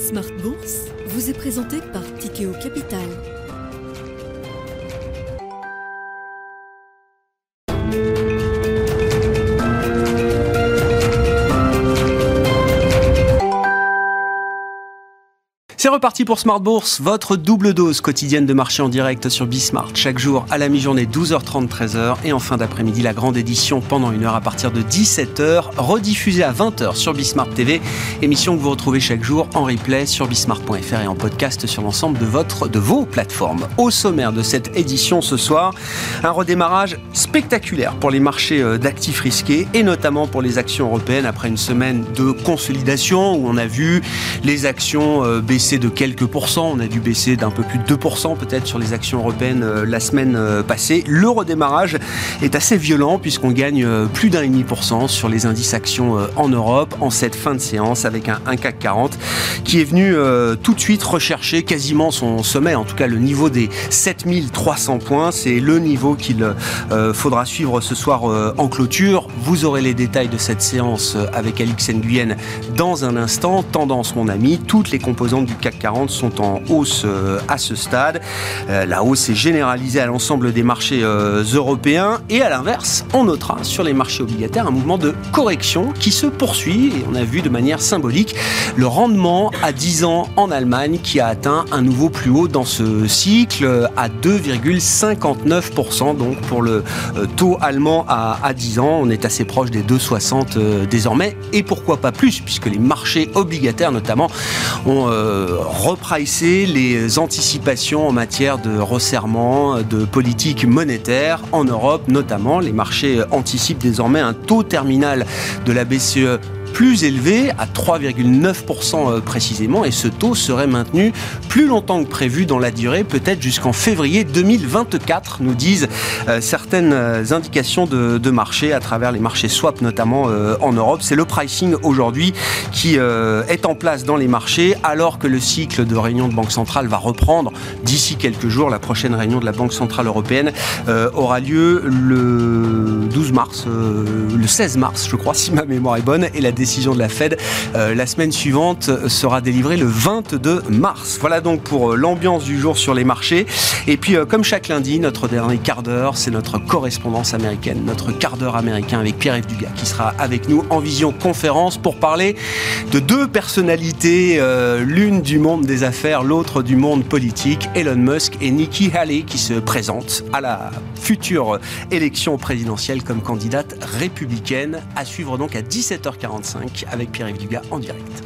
Smart Bourse vous est présenté par Tikeo Capital. C'est reparti pour Smart Bourse, votre double dose quotidienne de marché en direct sur Bismart. Chaque jour à la mi-journée, 12h30, 13h. Et en fin d'après-midi, la grande édition pendant une heure à partir de 17h, rediffusée à 20h sur Bismart TV. Émission que vous retrouvez chaque jour en replay sur bismart.fr et en podcast sur l'ensemble de vos plateformes. Au sommaire de cette édition ce soir, un redémarrage spectaculaire pour les marchés d'actifs risqués et notamment pour les actions européennes après une semaine de consolidation où on a vu les actions baisser de quelques pourcents, on a dû baisser d'un peu plus de 2% peut-être sur les actions européennes la semaine passée. Le redémarrage est assez violent puisqu'on gagne plus d'1,5% sur les indices actions en Europe en cette fin de séance avec un CAC 40 qui est venu tout de suite rechercher quasiment son sommet, en tout cas le niveau des 7300 points. C'est le niveau qu'il faudra suivre ce soir en clôture. Vous aurez les détails de cette séance avec Alix Nguyen dans un instant. Tendance mon ami, toutes les composantes du CAC 40 sont en hausse à ce stade. La hausse est généralisée à l'ensemble des marchés européens et à l'inverse, on notera sur les marchés obligataires un mouvement de correction qui se poursuit et on a vu de manière symbolique le rendement à 10 ans en Allemagne qui a atteint un nouveau plus haut dans ce cycle à 2,59%. Donc pour le taux allemand à 10 ans, on est assez proche des 2,60 désormais et pourquoi pas plus puisque les marchés obligataires notamment ont repricé les anticipations en matière de resserrement, de politique monétaire en Europe notamment. Les marchés anticipent désormais un taux terminal de la BCE plus élevé, à 3,9% précisément, et ce taux serait maintenu plus longtemps que prévu dans la durée, peut-être jusqu'en février 2024, nous disent certaines indications de marché à travers les marchés swap, notamment en Europe. C'est le pricing aujourd'hui qui est en place dans les marchés, alors que le cycle de réunion de Banque centrale va reprendre d'ici quelques jours. La prochaine réunion de la Banque centrale européenne aura lieu le 12 mars, le 16 mars, je crois, si ma mémoire est bonne, et la décision de la Fed la semaine suivante sera délivrée le 22 mars. Voilà donc pour l'ambiance du jour sur les marchés. Et puis comme chaque lundi, notre dernier quart d'heure, c'est notre correspondance américaine, notre quart d'heure américain avec Pierre-Yves Dugas qui sera avec nous en visioconférence pour parler de deux personnalités, l'une du monde des affaires, l'autre du monde politique, Elon Musk et Nikki Haley qui se présentent à la future élection présidentielle comme candidate républicaine. À suivre donc à 17h45 avec Pierre-Yves Dugas en direct.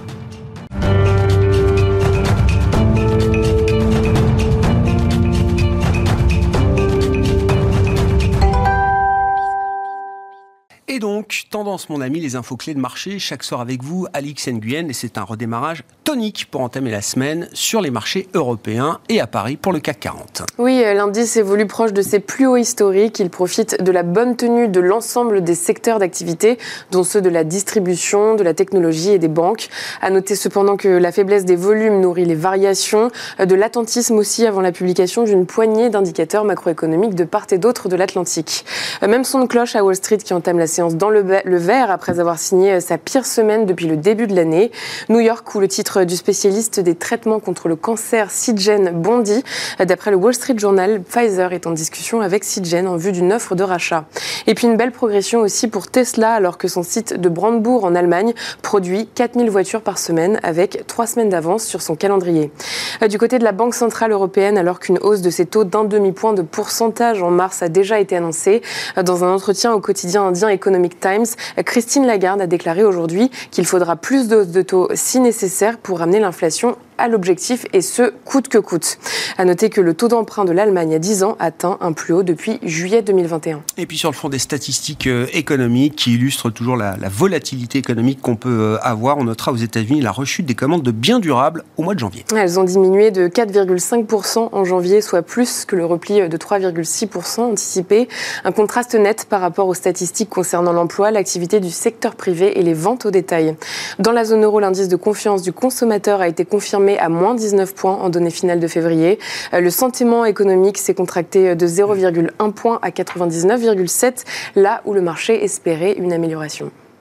Et donc, tendance mon ami, les infos clés de marché, chaque soir avec vous, Alix Nguyen, et c'est un redémarrage tonique pour entamer la semaine sur les marchés européens et à Paris pour le CAC 40. Oui, l'indice évolue proche de ses plus hauts historiques. Il profite de la bonne tenue de l'ensemble des secteurs d'activité, dont ceux de la distribution, de la technologie et des banques. À noter cependant que la faiblesse des volumes nourrit les variations, de l'attentisme aussi avant la publication d'une poignée d'indicateurs macroéconomiques de part et d'autre de l'Atlantique. Même son de cloche à Wall Street qui entame la séance dans le vert après avoir signé sa pire semaine depuis le début de l'année. New York, où le titre du spécialiste des traitements contre le cancer Seagen bondit. D'après le Wall Street Journal, Pfizer est en discussion avec Seagen en vue d'une offre de rachat. Et puis une belle progression aussi pour Tesla, alors que son site de Brandebourg en Allemagne produit 4000 voitures par semaine avec 3 semaines d'avance sur son calendrier. Du côté de la Banque centrale européenne, alors qu'une hausse de ses taux d'0,5 point de pourcentage en mars a déjà été annoncée, dans un entretien au quotidien indien Economic Times, Christine Lagarde a déclaré aujourd'hui qu'il faudra plus de hausses de taux si nécessaire pour ramener l'inflation à l'objectif et ce, coûte que coûte. À noter que le taux d'emprunt de l'Allemagne à 10 ans atteint un plus haut depuis juillet 2021. Et puis sur le fond des statistiques économiques qui illustrent toujours la volatilité économique qu'on peut avoir, on notera aux États-Unis la rechute des commandes de biens durables au mois de janvier. Elles ont diminué de 4,5% en janvier, soit plus que le repli de 3,6% anticipé. Un contraste net par rapport aux statistiques concernant l'emploi, l'activité du secteur privé et les ventes au détail. Dans la zone euro, l'indice de confiance du consommateur a été confirmé à moins 19 points en données finales de février. Le sentiment économique s'est contracté de 0,1 point à 99,7, là où le marché espérait une amélioration.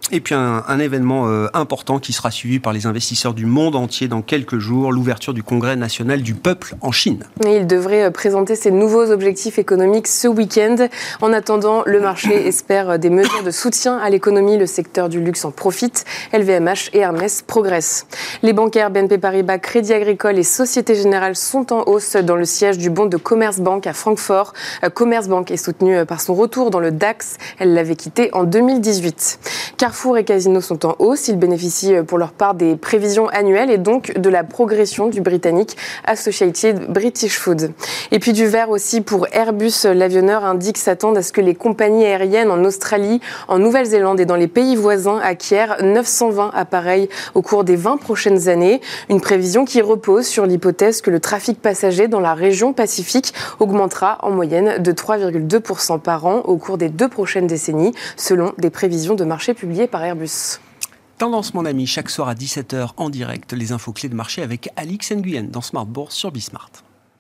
Et puis un événement important qui sera suivi par les investisseurs du monde entier dans quelques jours, l'ouverture du Congrès national du peuple en Chine. Et il devrait présenter ses nouveaux objectifs économiques ce week-end. En attendant, le marché espère des mesures de soutien à l'économie. Le secteur du luxe en profite. LVMH et Hermès progressent. Les bancaires BNP Paribas, Crédit Agricole et Société Générale sont en hausse dans le siège du bond de Commerzbank à Francfort. Commerzbank est soutenue par son retour dans le DAX. Elle l'avait quitté en 2018. Carrefour et Casino sont en hausse. Ils bénéficient pour leur part des prévisions annuelles et donc de la progression du britannique Associated British Food. Et puis du vert aussi pour Airbus. L'avionneur indique s'attendre à ce que les compagnies aériennes en Australie, en Nouvelle-Zélande et dans les pays voisins acquièrent 920 appareils au cours des 20 prochaines années. Une prévision qui repose sur l'hypothèse que le trafic passager dans la région Pacifique augmentera en moyenne de 3,2% par an au cours des 2 prochaines décennies, selon des prévisions de marché publiées par Airbus. Tendance, mon ami, chaque soir à 17h en direct, les infos clés de marché avec Alix Nguyen dans Smart Bourse sur Bismart.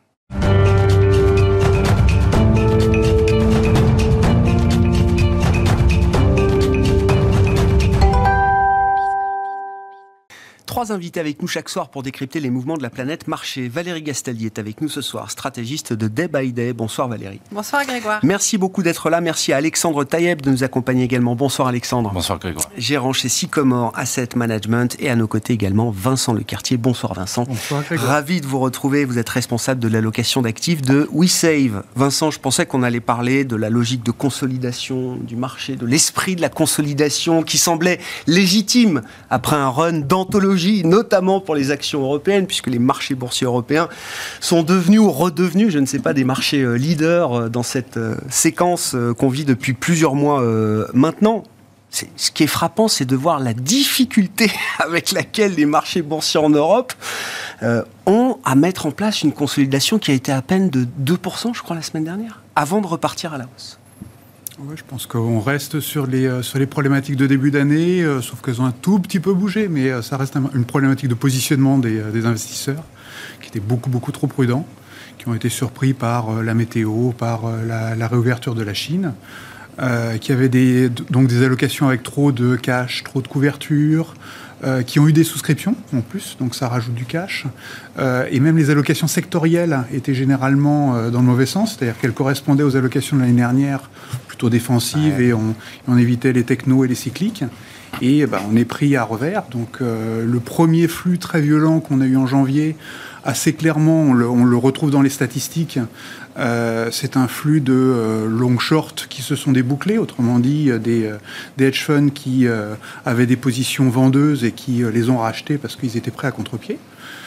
Trois invités avec nous chaque soir pour décrypter les mouvements de la planète marché. Valérie Gastaldi est avec nous ce soir, stratégiste de Day by Day. Bonsoir Valérie. Bonsoir Grégoire. Merci beaucoup d'être là. Merci à Alexandre Taïeb de nous accompagner également. Bonsoir Alexandre. Bonsoir Grégoire. Gérant chez Sycomore Asset Management et à nos côtés également Vincent Lecartier. Bonsoir Vincent. Bonsoir Grégoire. Ravi de vous retrouver. Vous êtes responsable de l'allocation d'actifs de WeSave. Vincent, je pensais qu'on allait parler de la logique de consolidation du marché, de l'esprit de la consolidation qui semblait légitime après un run d'anthologie, notamment pour les actions européennes, puisque les marchés boursiers européens sont devenus ou redevenus, je ne sais pas, des marchés leaders dans cette séquence qu'on vit depuis plusieurs mois maintenant. Ce qui est frappant, c'est de voir la difficulté avec laquelle les marchés boursiers en Europe ont à mettre en place une consolidation qui a été à peine de 2%, je crois, la semaine dernière, avant de repartir à la hausse. Oui, je pense qu'on reste sur les problématiques de début d'année, sauf qu'elles ont un tout petit peu bougé, mais ça reste une problématique de positionnement des investisseurs qui étaient beaucoup trop prudents, qui ont été surpris par la météo, par la réouverture de la Chine, qui avaient donc des allocations avec trop de cash, trop de couverture, qui ont eu des souscriptions en plus, donc ça rajoute du cash. Et même les allocations sectorielles étaient généralement dans le mauvais sens, c'est-à-dire qu'elles correspondaient aux allocations de l'année dernière, plutôt défensives, ouais. Et on évitait les technos et les cycliques. Et on est pris à revers. Donc le premier flux très violent qu'on a eu en janvier, assez clairement, on le retrouve dans les statistiques, c'est un flux de long-short qui se sont débouclés, autrement dit des hedge funds qui avaient des positions vendeuses et qui les ont rachetées parce qu'ils étaient prêts à contre-pied.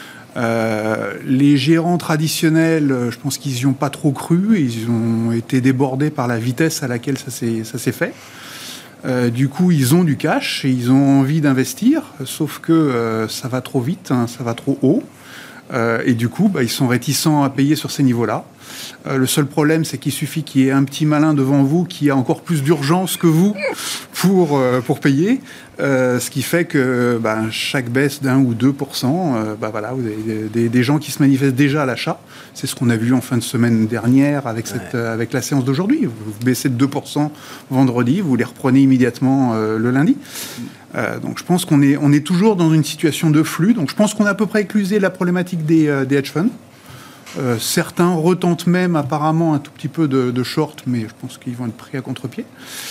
Les gérants traditionnels, je pense qu'ils n'y ont pas trop cru, ils ont été débordés par la vitesse à laquelle ça s'est fait. Du coup, ils ont du cash et ils ont envie d'investir, sauf que ça va trop vite, ça va trop haut. Et du coup, ils sont réticents à payer sur ces niveaux-là. Le seul problème, c'est qu'il suffit qu'il y ait un petit malin devant vous qui a encore plus d'urgence que vous pour payer. Ce qui fait que chaque baisse d'1 ou 2%, voilà, vous avez des gens qui se manifestent déjà à l'achat. C'est ce qu'on a vu en fin de semaine dernière avec la séance d'aujourd'hui. Vous baissez de 2% vendredi, vous les reprenez immédiatement le lundi. Donc je pense qu'on est toujours dans une situation de flux. Donc je pense qu'on a à peu près éclusé la problématique des hedge funds. Certains retentent même apparemment un tout petit peu de short, mais je pense qu'ils vont être pris à contre-pied.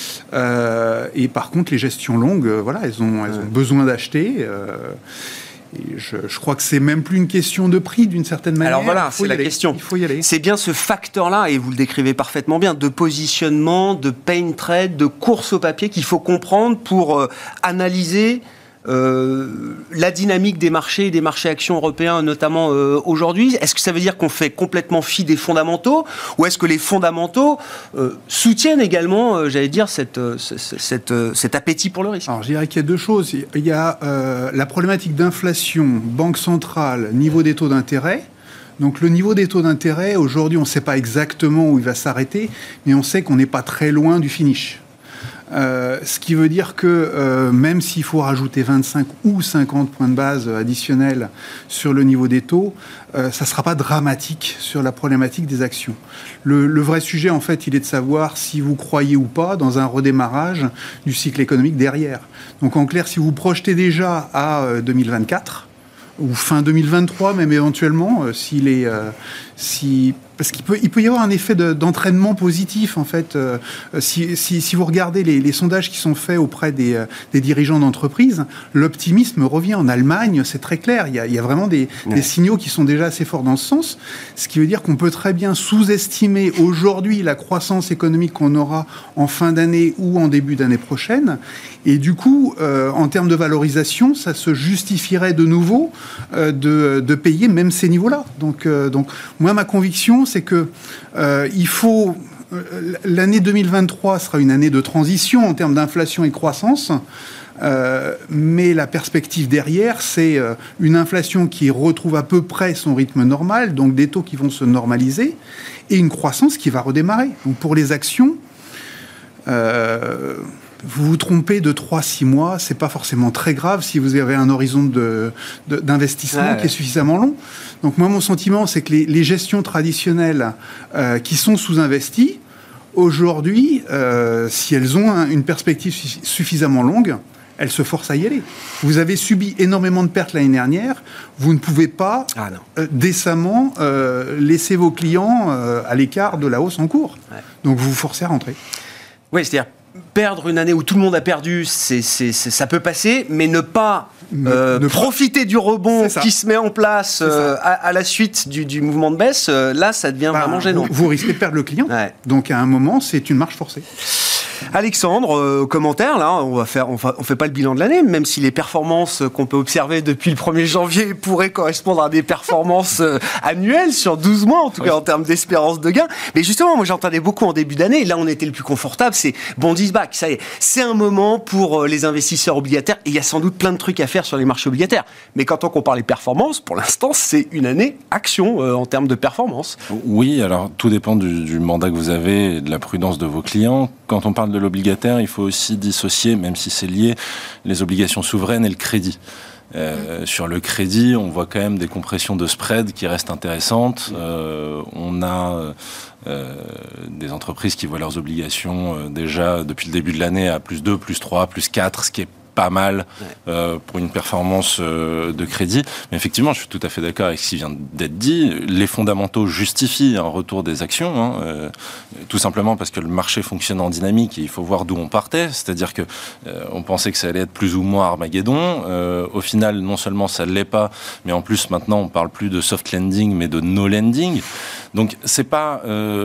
Et par contre, les gestions longues, elles ont besoin d'acheter. Et je crois que c'est même plus une question de prix d'une certaine manière. Alors voilà, c'est la question. Il faut y aller. C'est bien ce facteur-là, et vous le décrivez parfaitement bien, de positionnement, de pain trade, de course au papier qu'il faut comprendre pour analyser la dynamique des marchés et des marchés actions européens notamment aujourd'hui. Est-ce que ça veut dire qu'on fait complètement fi des fondamentaux ou est-ce que les fondamentaux soutiennent également, j'allais dire, cet appétit pour le risque? Alors je dirais qu'il y a deux choses. Il y a la problématique d'inflation, banque centrale, niveau des taux d'intérêt. Donc le niveau des taux d'intérêt, aujourd'hui on ne sait pas exactement où il va s'arrêter, mais on sait qu'on n'est pas très loin du finish. Ce qui veut dire que même s'il faut rajouter 25 ou 50 points de base additionnels sur le niveau des taux, ça ne sera pas dramatique sur la problématique des actions. Le vrai sujet, en fait, il est de savoir si vous croyez ou pas dans un redémarrage du cycle économique derrière. Donc en clair, si vous projetez déjà à 2024, ou fin 2023 même éventuellement, parce qu'il peut y avoir un effet d'entraînement positif en fait. Si vous regardez les sondages qui sont faits auprès des dirigeants d'entreprise, l'optimisme revient. En Allemagne, c'est très clair, il y a vraiment des signaux qui sont déjà assez forts dans ce sens, ce qui veut dire qu'on peut très bien sous-estimer aujourd'hui la croissance économique qu'on aura en fin d'année ou en début d'année prochaine, et du coup, en termes de valorisation, ça se justifierait de nouveau de payer même ces niveaux-là. Donc moi, ma conviction, c'est que il faut... l'année 2023 sera une année de transition en termes d'inflation et de croissance, mais la perspective derrière, c'est une inflation qui retrouve à peu près son rythme normal, donc des taux qui vont se normaliser, et une croissance qui va redémarrer. Donc pour les actions... vous vous trompez de 3-6 mois, c'est pas forcément très grave si vous avez un horizon d'investissement qui est suffisamment long. Donc moi, mon sentiment, c'est que les gestions traditionnelles qui sont sous-investies, aujourd'hui, si elles ont une perspective suffisamment longue, elles se forcent à y aller. Vous avez subi énormément de pertes l'année dernière, vous ne pouvez pas décemment laisser vos clients à l'écart de la hausse en cours. Ouais. Donc vous vous forcez à rentrer. Oui, c'est-à-dire perdre une année où tout le monde a perdu, ça peut passer, mais ne pas profiter du rebond qui se met en place à la suite du mouvement de baisse, là, ça devient vraiment gênant. Vous risquez de perdre le client. Ouais. Donc, à un moment, c'est une marche forcée. Alexandre, commentaire, là, on fait pas le bilan de l'année, même si les performances qu'on peut observer depuis le 1er janvier pourraient correspondre à des performances annuelles sur 12 mois, en tout cas en termes d'espérance de gain. Mais justement, moi j'entendais beaucoup en début d'année, là on était le plus confortable, c'est bond is back, ça y est, c'est un moment pour les investisseurs obligataires, et il y a sans doute plein de trucs à faire sur les marchés obligataires. Mais quand on compare les performances, pour l'instant, c'est une année action en termes de performance. Oui, alors tout dépend du mandat que vous avez et de la prudence de vos clients. Quand on parle de l'obligataire, il faut aussi dissocier, même si c'est lié, les obligations souveraines et le crédit. Sur le crédit, on voit quand même des compressions de spread qui restent intéressantes. On a des entreprises qui voient leurs obligations déjà depuis le début de l'année à plus 2, plus 3, plus 4, ce qui est pas mal pour une performance de crédit. Mais effectivement, je suis tout à fait d'accord avec ce qui vient d'être dit. Les fondamentaux justifient un retour des actions, tout simplement parce que le marché fonctionne en dynamique et il faut voir d'où on partait. C'est-à-dire que on pensait que ça allait être plus ou moins Armageddon. Au final, non seulement ça ne l'est pas, mais en plus maintenant on parle plus de soft landing mais de no landing. Donc c'est pas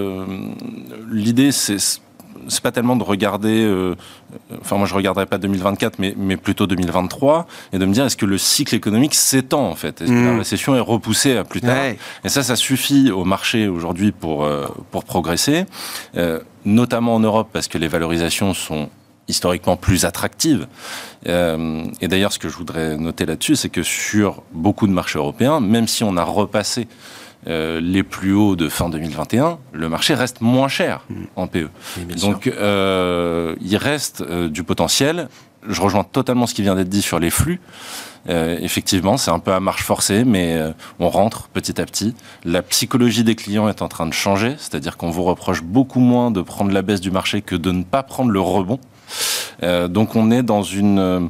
l'idée, c'est pas tellement de regarder, moi je regarderais pas 2024, mais plutôt 2023, et de me dire est-ce que le cycle économique s'étend en fait, est-ce que la récession est repoussée à plus tard, et ça suffit au marché aujourd'hui pour progresser, notamment en Europe parce que les valorisations sont historiquement plus attractives. Et d'ailleurs, ce que je voudrais noter là-dessus, c'est que sur beaucoup de marchés européens, même si on a repassé les plus hauts de fin 2021, le marché reste moins cher en PE. Donc, il reste du potentiel. Je rejoins totalement ce qui vient d'être dit sur les flux. Effectivement, c'est un peu à marche forcée, mais on rentre petit à petit. La psychologie des clients est en train de changer, c'est-à-dire qu'on vous reproche beaucoup moins de prendre la baisse du marché que de ne pas prendre le rebond. Donc, on est dans une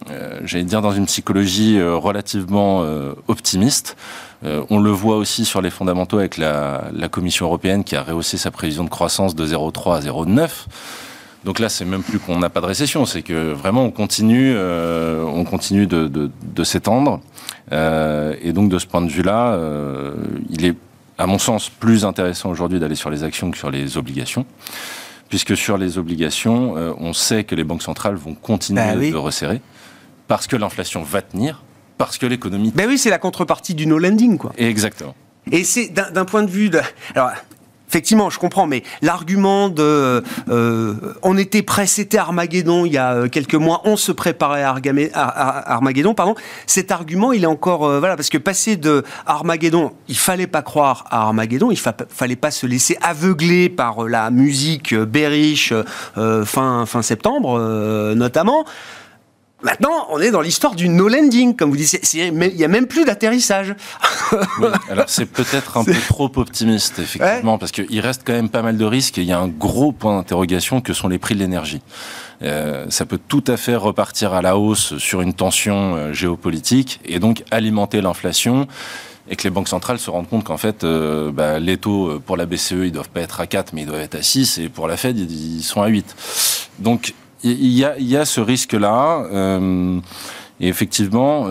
psychologie relativement optimiste. On le voit aussi sur les fondamentaux avec la Commission européenne qui a rehaussé sa prévision de croissance de 0,3 à 0,9. Donc là, c'est même plus qu'on n'a pas de récession, c'est que vraiment on continue de s'étendre. Et donc de ce point de vue-là, il est, à mon sens, plus intéressant aujourd'hui d'aller sur les actions que sur les obligations. Puisque sur les obligations, on sait que les banques centrales vont continuer de resserrer parce que l'inflation va tenir. Parce que l'économie... Ben oui, c'est la contrepartie du no-lending, quoi. Exactement. Et c'est d'un point de vue... Alors, Effectivement, je comprends, mais l'argument de on était prêt, c'était Armageddon il y a quelques mois, on se préparait à Armageddon, cet argument, il est encore parce que passer de Armageddon, il fallait pas croire à Armageddon, il fallait pas se laisser aveugler par la musique bearish fin septembre notamment. Maintenant, on est dans l'histoire du no landing, comme vous dites. Il n'y a même plus d'atterrissage. Oui, alors c'est peut-être un peu trop optimiste, effectivement, parce qu'il reste quand même pas mal de risques et il y a un gros point d'interrogation que sont les prix de l'énergie. Ça peut tout à fait repartir à la hausse sur une tension géopolitique et donc alimenter l'inflation. Et que les banques centrales se rendent compte qu'en fait, les taux pour la BCE, ils doivent pas être à 4, mais ils doivent être à 6, et pour la Fed, ils sont à 8. Donc, il y a ce risque-là, et effectivement,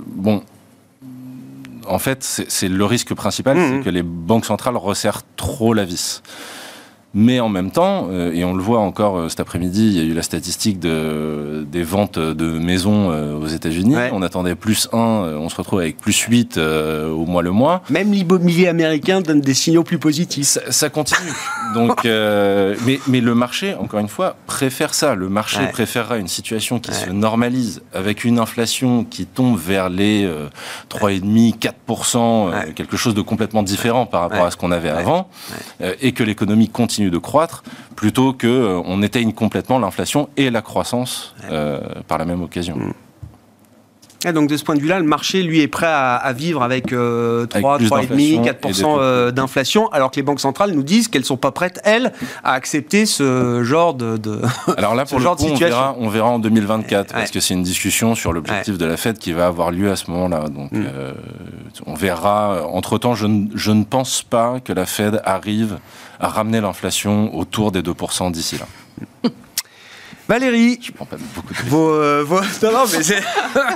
en fait, c'est le risque principal, c'est que les banques centrales resserrent trop la vis. Mais en même temps, et on le voit encore cet après-midi, il y a eu la statistique des ventes de maisons aux États-Unis. Ouais. On attendait plus 1, on se retrouve avec plus 8 au mois le mois. Même l'immobilier américain donne des signaux plus positifs. Ça continue. Donc, mais le marché, encore une fois, préfère ça. Le marché préférera une situation qui se normalise avec une inflation qui tombe vers les 3,5, 4%, quelque chose de complètement différent par rapport à ce qu'on avait avant, et que l'économie continue de croître, plutôt qu'on éteigne complètement l'inflation et la croissance par la même occasion. Et donc de ce point de vue-là, le marché, lui, est prêt à vivre avec 3,5, 4% d'inflation, alors que les banques centrales nous disent qu'elles ne sont pas prêtes, elles, à accepter ce genre de Alors là, pour le coup, on verra en 2024, parce que c'est une discussion sur l'objectif de la Fed qui va avoir lieu à ce moment-là. Donc on verra. Entre-temps, je ne pense pas que la Fed arrive à ramener l'inflation autour des 2% d'ici là. Valérie, je prends pas beaucoup de non, mais c'est...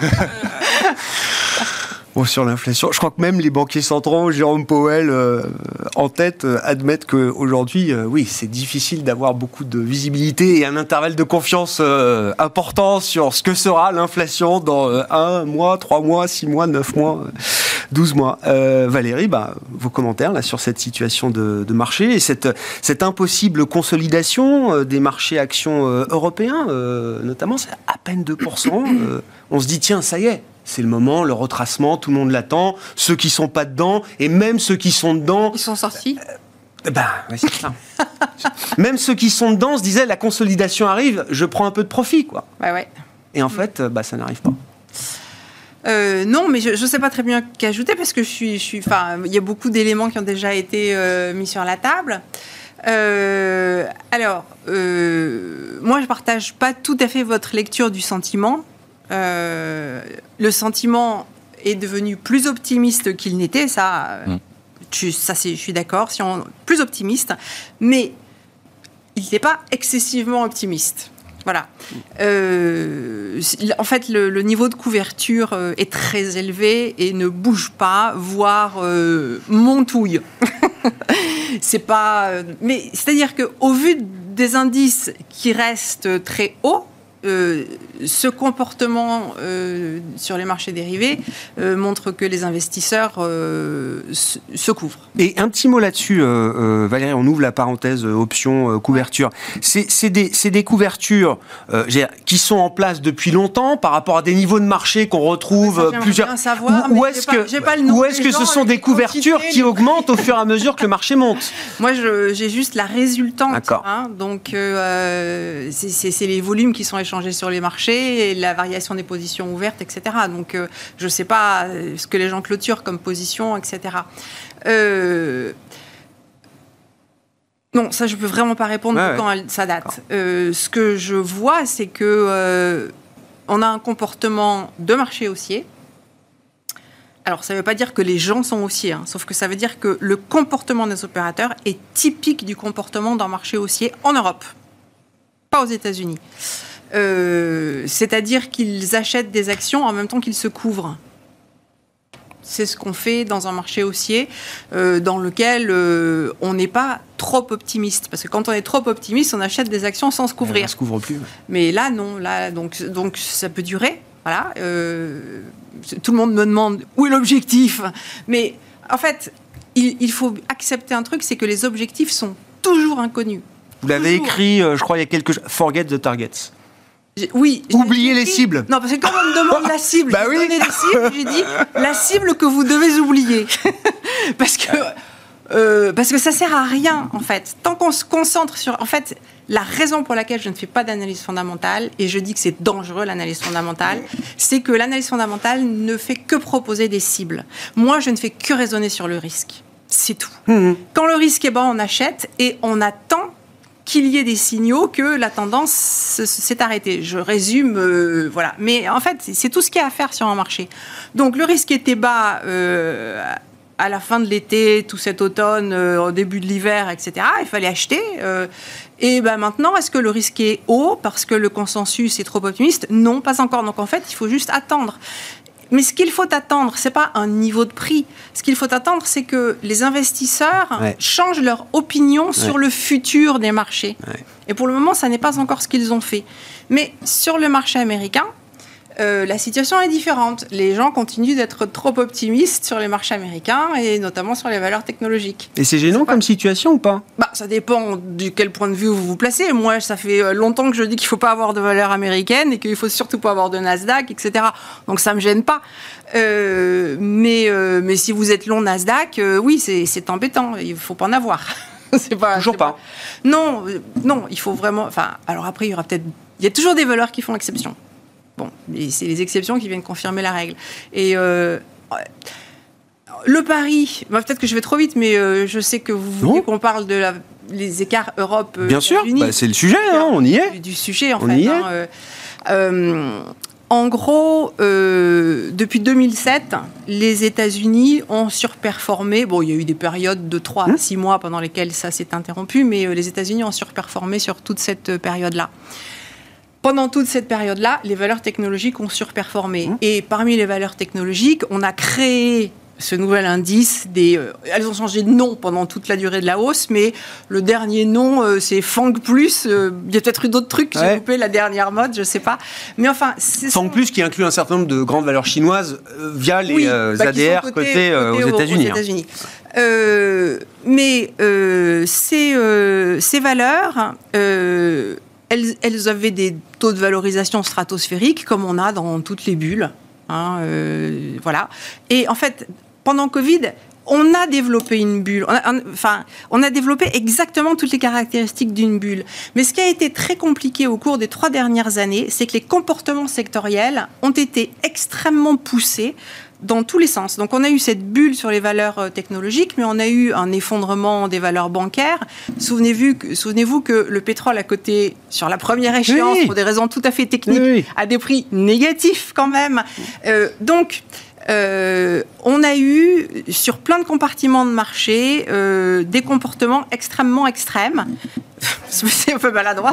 sur l'inflation, je crois que même les banquiers centraux, Jérôme Powell en tête, admettent qu'aujourd'hui, oui, c'est difficile d'avoir beaucoup de visibilité et un intervalle de confiance important sur ce que sera l'inflation dans 1 mois, 3 mois, 6 mois, 9 mois, 12 mois. Valérie, vos commentaires là, sur cette situation de marché et cette impossible consolidation des marchés actions européens, notamment, c'est à peine 2%. On se dit, tiens, ça y est. C'est le moment, le retracement, tout le monde l'attend. Ceux qui sont pas dedans, et même ceux qui sont dedans... Ils sont sortis c'est ça. Même ceux qui sont dedans se disaient, la consolidation arrive, je prends un peu de profit, quoi. Et en fait, ça n'arrive pas. Non, mais je ne sais pas très bien qu'ajouter, parce que il y a beaucoup d'éléments qui ont déjà été mis sur la table. Moi, je ne partage pas tout à fait votre lecture du sentiment. Le sentiment est devenu plus optimiste qu'il n'était, je suis d'accord, plus optimiste, mais il n'était pas excessivement optimiste. Voilà. En fait, le niveau de couverture est très élevé et ne bouge pas, voire montouille. Mais c'est-à-dire qu'au vu des indices qui restent très hauts, ce comportement sur les marchés dérivés montre que les investisseurs se couvrent. Et un petit mot là-dessus, Valérie, on ouvre la parenthèse option couverture. C'est des couvertures qui sont en place depuis longtemps par rapport à des niveaux de marché qu'on retrouve plusieurs. Ou est-ce que ce sont des couvertures qui augmentent au fur et à mesure que le marché monte? Moi, j'ai juste la résultante. Donc, c'est les volumes qui sont échangés sur les marchés et la variation des positions ouvertes, etc. Donc, je ne sais pas ce que les gens clôturent comme position, etc. Non, ça, je ne peux vraiment pas répondre quand ça date. Ce que je vois, c'est que on a un comportement de marché haussier. Alors, ça ne veut pas dire que les gens sont haussiers, sauf que ça veut dire que le comportement des opérateurs est typique du comportement d'un marché haussier en Europe, pas aux États-Unis. C'est-à-dire qu'ils achètent des actions en même temps qu'ils se couvrent. C'est ce qu'on fait dans un marché haussier dans lequel on n'est pas trop optimiste. Parce que quand on est trop optimiste, on achète des actions sans se couvrir. On ne se couvre plus. Mais là, non. Donc ça peut durer. Voilà. Tout le monde me demande où est l'objectif. Mais en fait, il faut accepter un truc, c'est que les objectifs sont toujours inconnus. Vous l'avez écrit, je crois, il y a quelques jours. Forget the targets. Oui. Oubliez les cibles. Non, parce que quand on me demande la cible, bah oui. j'ai donné des cibles, j'ai dit la cible que vous devez oublier. parce que ça sert à rien, en fait. Tant qu'on se concentre sur... En fait, la raison pour laquelle je ne fais pas d'analyse fondamentale, et je dis que c'est dangereux, l'analyse fondamentale, c'est que l'analyse fondamentale ne fait que proposer des cibles. Moi, je ne fais que raisonner sur le risque. C'est tout. Quand le risque est bas, on achète et on attend qu'il y ait des signaux que la tendance s'est arrêtée. Je résume, voilà. Mais en fait, c'est tout ce qu'il y a à faire sur un marché. Donc, le risque était bas à la fin de l'été, tout cet automne, au début de l'hiver, etc. Il fallait acheter. Et ben maintenant, est-ce que le risque est haut parce que le consensus est trop optimiste ? Non, pas encore. Donc, en fait, il faut juste attendre. Mais ce qu'il faut attendre, c'est pas un niveau de prix. Ce qu'il faut attendre, c'est que les investisseurs changent leur opinion sur le futur des marchés. Et pour le moment, ça n'est pas encore ce qu'ils ont fait. Mais sur le marché américain, la situation est différente. Les gens continuent d'être trop optimistes sur les marchés américains et notamment sur les valeurs technologiques. Et c'est gênant comme situation ou pas ? Ça dépend de quel point de vue vous vous placez. Moi, ça fait longtemps que je dis qu'il ne faut pas avoir de valeurs américaines et qu'il ne faut surtout pas avoir de Nasdaq, etc. Donc ça ne me gêne pas. Mais si vous êtes long Nasdaq, oui, c'est embêtant. Il ne faut pas en avoir. Toujours pas. Non, il faut vraiment... Enfin, alors après, il y a toujours des valeurs qui font exception. Bon, et c'est les exceptions qui viennent confirmer la règle. Et le pari, peut-être que je vais trop vite, mais je sais que vous voulez qu'on parle de les écarts Europe. Bien sûr, c'est le sujet, on y est. Du sujet, en fait. En gros, depuis 2007, les États-Unis ont surperformé. Bon, il y a eu des périodes de 3 à 6 mois pendant lesquelles ça s'est interrompu, mais les États-Unis ont surperformé sur toute cette période-là. Pendant toute cette période-là, les valeurs technologiques ont surperformé. Et parmi les valeurs technologiques, on a créé ce nouvel indice. Elles ont changé de nom pendant toute la durée de la hausse, mais le dernier nom, c'est FANG+. Il y a peut-être eu d'autres trucs, j'ai coupé la dernière mode, je ne sais pas. Mais enfin, FANG+, qui inclut un certain nombre de grandes valeurs chinoises via les ADR cotés aux États-Unis. Mais ces valeurs... Elles avaient des taux de valorisation stratosphériques, comme on a dans toutes les bulles. Voilà. Et en fait, pendant Covid, on a développé une bulle. On a développé exactement toutes les caractéristiques d'une bulle. Mais ce qui a été très compliqué au cours des 3 dernières années, c'est que les comportements sectoriels ont été extrêmement poussés dans tous les sens. Donc, on a eu cette bulle sur les valeurs technologiques, mais on a eu un effondrement des valeurs bancaires. Souvenez-vous que le pétrole a coté sur la première échéance, pour des raisons tout à fait techniques, à des prix négatifs quand même. Donc, on a eu, sur plein de compartiments de marché, des comportements extrêmement extrêmes. C'est un peu maladroit.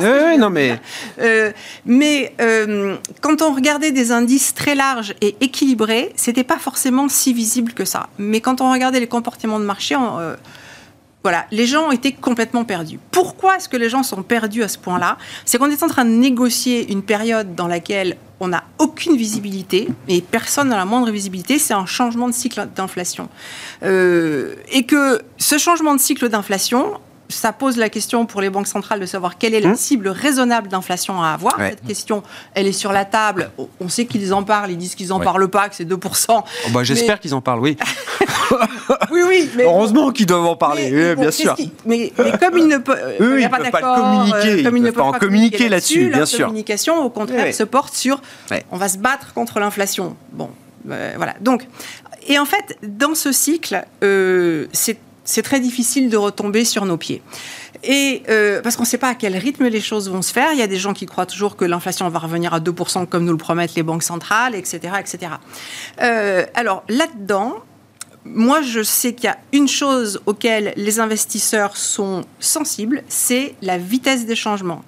Mais quand on regardait des indices très larges et équilibrés, c'était pas forcément si visible que ça. Mais quand on regardait les comportements de marché, les gens ont été complètement perdus. Pourquoi est-ce que les gens sont perdus à ce point-là ? C'est qu'on est en train de négocier une période dans laquelle on n'a aucune visibilité, et personne n'a la moindre visibilité, c'est un changement de cycle d'inflation. Et que ce changement de cycle d'inflation, ça pose la question pour les banques centrales de savoir quelle est la cible raisonnable d'inflation à avoir. Cette question, elle est sur la table. On sait qu'ils en parlent, ils disent qu'ils n'en parlent pas, que c'est 2%. J'espère qu'ils en parlent, oui. oui. Mais heureusement qu'ils doivent en parler, bien sûr. Mais comme ils ne peuvent pas communiquer, comme ils ne peuvent pas communiquer là-dessus, bien sûr. La communication, au contraire, se porte sur on va se battre contre l'inflation. Bon, voilà. Donc, et en fait, dans ce cycle, c'est très difficile de retomber sur nos pieds. Et parce qu'on ne sait pas à quel rythme les choses vont se faire. Il y a des gens qui croient toujours que l'inflation va revenir à 2% comme nous le promettent les banques centrales, etc. etc. Alors là-dedans, moi je sais qu'il y a une chose auquel les investisseurs sont sensibles, c'est la vitesse des changements.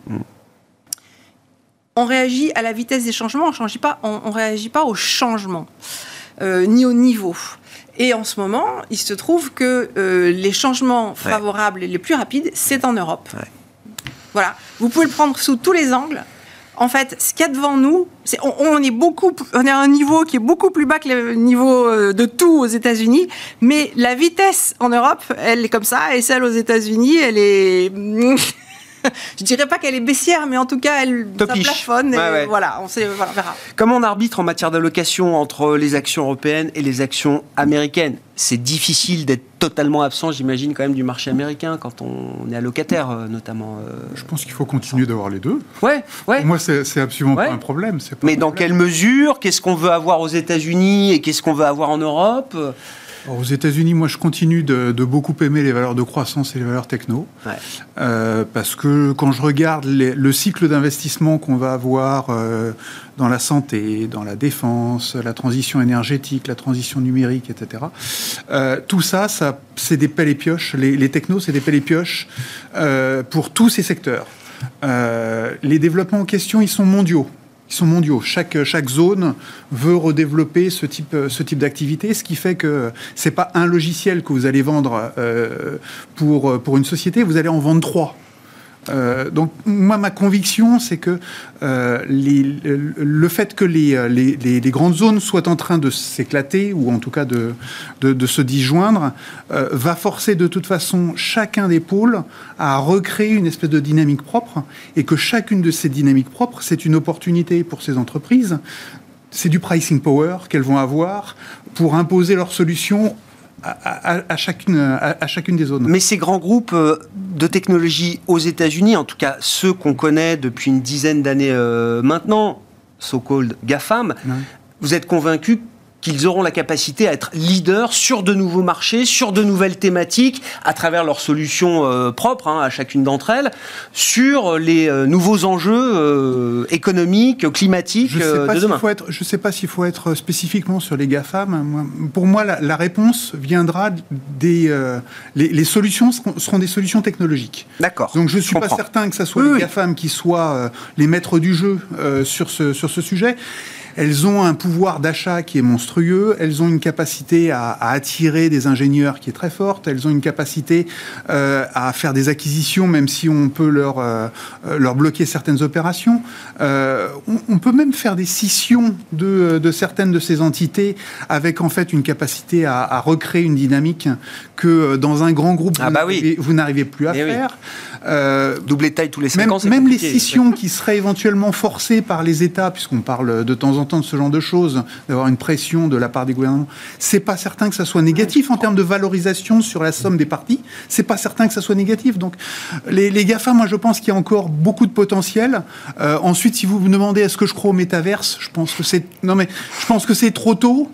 On réagit à la vitesse des changements, on ne réagit pas au changement, ni au niveau. Et en ce moment, il se trouve que les changements favorables et les plus rapides, c'est en Europe. Voilà. Vous pouvez le prendre sous tous les angles. En fait, ce qu'il y a devant nous, on est à un niveau qui est beaucoup plus bas que le niveau de tout aux États-Unis, mais la vitesse en Europe, elle est comme ça, et celle aux États-Unis, elle est... Je dirais pas qu'elle est baissière, mais en tout cas, ça plafonne. Et voilà, on verra. Comment on arbitre en matière d'allocation entre les actions européennes et les actions américaines ? C'est difficile d'être totalement absent, j'imagine, quand même, du marché américain quand on est allocataire, notamment. Je pense qu'il faut continuer d'avoir les deux. Ouais. Pour moi, c'est absolument pas un problème. Mais dans quelle mesure ? Qu'est-ce qu'on veut avoir aux États-Unis et qu'est-ce qu'on veut avoir en Europe ? Alors, aux États-Unis, moi, je continue de beaucoup aimer les valeurs de croissance et les valeurs techno. Parce que quand je regarde le cycle d'investissement qu'on va avoir dans la santé, dans la défense, la transition énergétique, la transition numérique, etc., tout ça, c'est des pelles et pioches. Les technos, c'est des pelles et pioches pour tous ces secteurs. Les développements en question, ils sont mondiaux. Chaque zone veut redévelopper ce type d'activité, ce qui fait que c'est pas un logiciel que vous allez vendre pour une société, vous allez en vendre 3. Donc moi, ma conviction, c'est que le fait que les grandes zones soient en train de s'éclater, ou en tout cas de se disjoindre, va forcer de toute façon chacun des pôles à recréer une espèce de dynamique propre, et que chacune de ces dynamiques propres, c'est une opportunité pour ces entreprises. C'est du pricing power qu'elles vont avoir pour imposer leurs solutions à chacune des zones. Mais ces grands groupes de technologie aux États-Unis, en tout cas ceux qu'on connaît depuis une dizaine d'années maintenant, so-called GAFAM, vous êtes convaincus qu'ils auront la capacité à être leaders sur de nouveaux marchés, sur de nouvelles thématiques, à travers leurs solutions propres à chacune d'entre elles, sur les nouveaux enjeux économiques, climatiques de demain. Je ne sais pas s'il faut être spécifiquement sur les GAFAM. Pour moi, la réponse viendra les solutions seront des solutions technologiques. D'accord. Donc je ne suis pas certain que ce soit les GAFAM qui soient les maîtres du jeu sur ce sujet. Elles ont un pouvoir d'achat qui est monstrueux, elles ont une capacité à attirer des ingénieurs qui est très forte, elles ont une capacité à faire des acquisitions, même si on peut leur bloquer certaines opérations. On peut même faire des scissions de certaines de ces entités avec en fait une capacité à recréer une dynamique que dans un grand groupe vous n'arrivez plus à faire. Doubler de taille tous les 5 ans, c'est même compliqué. Les scissions qui seraient éventuellement forcées par les États, puisqu'on parle de temps en temps de ce genre de choses, d'avoir une pression de la part des gouvernements, c'est pas certain que ça soit négatif en termes de valorisation sur la somme des parties. C'est pas certain que ça soit négatif. Donc les GAFA, moi je pense qu'il y a encore beaucoup de potentiel. Ensuite, si vous me demandez est-ce que je crois au métaverse, je pense que c'est trop tôt.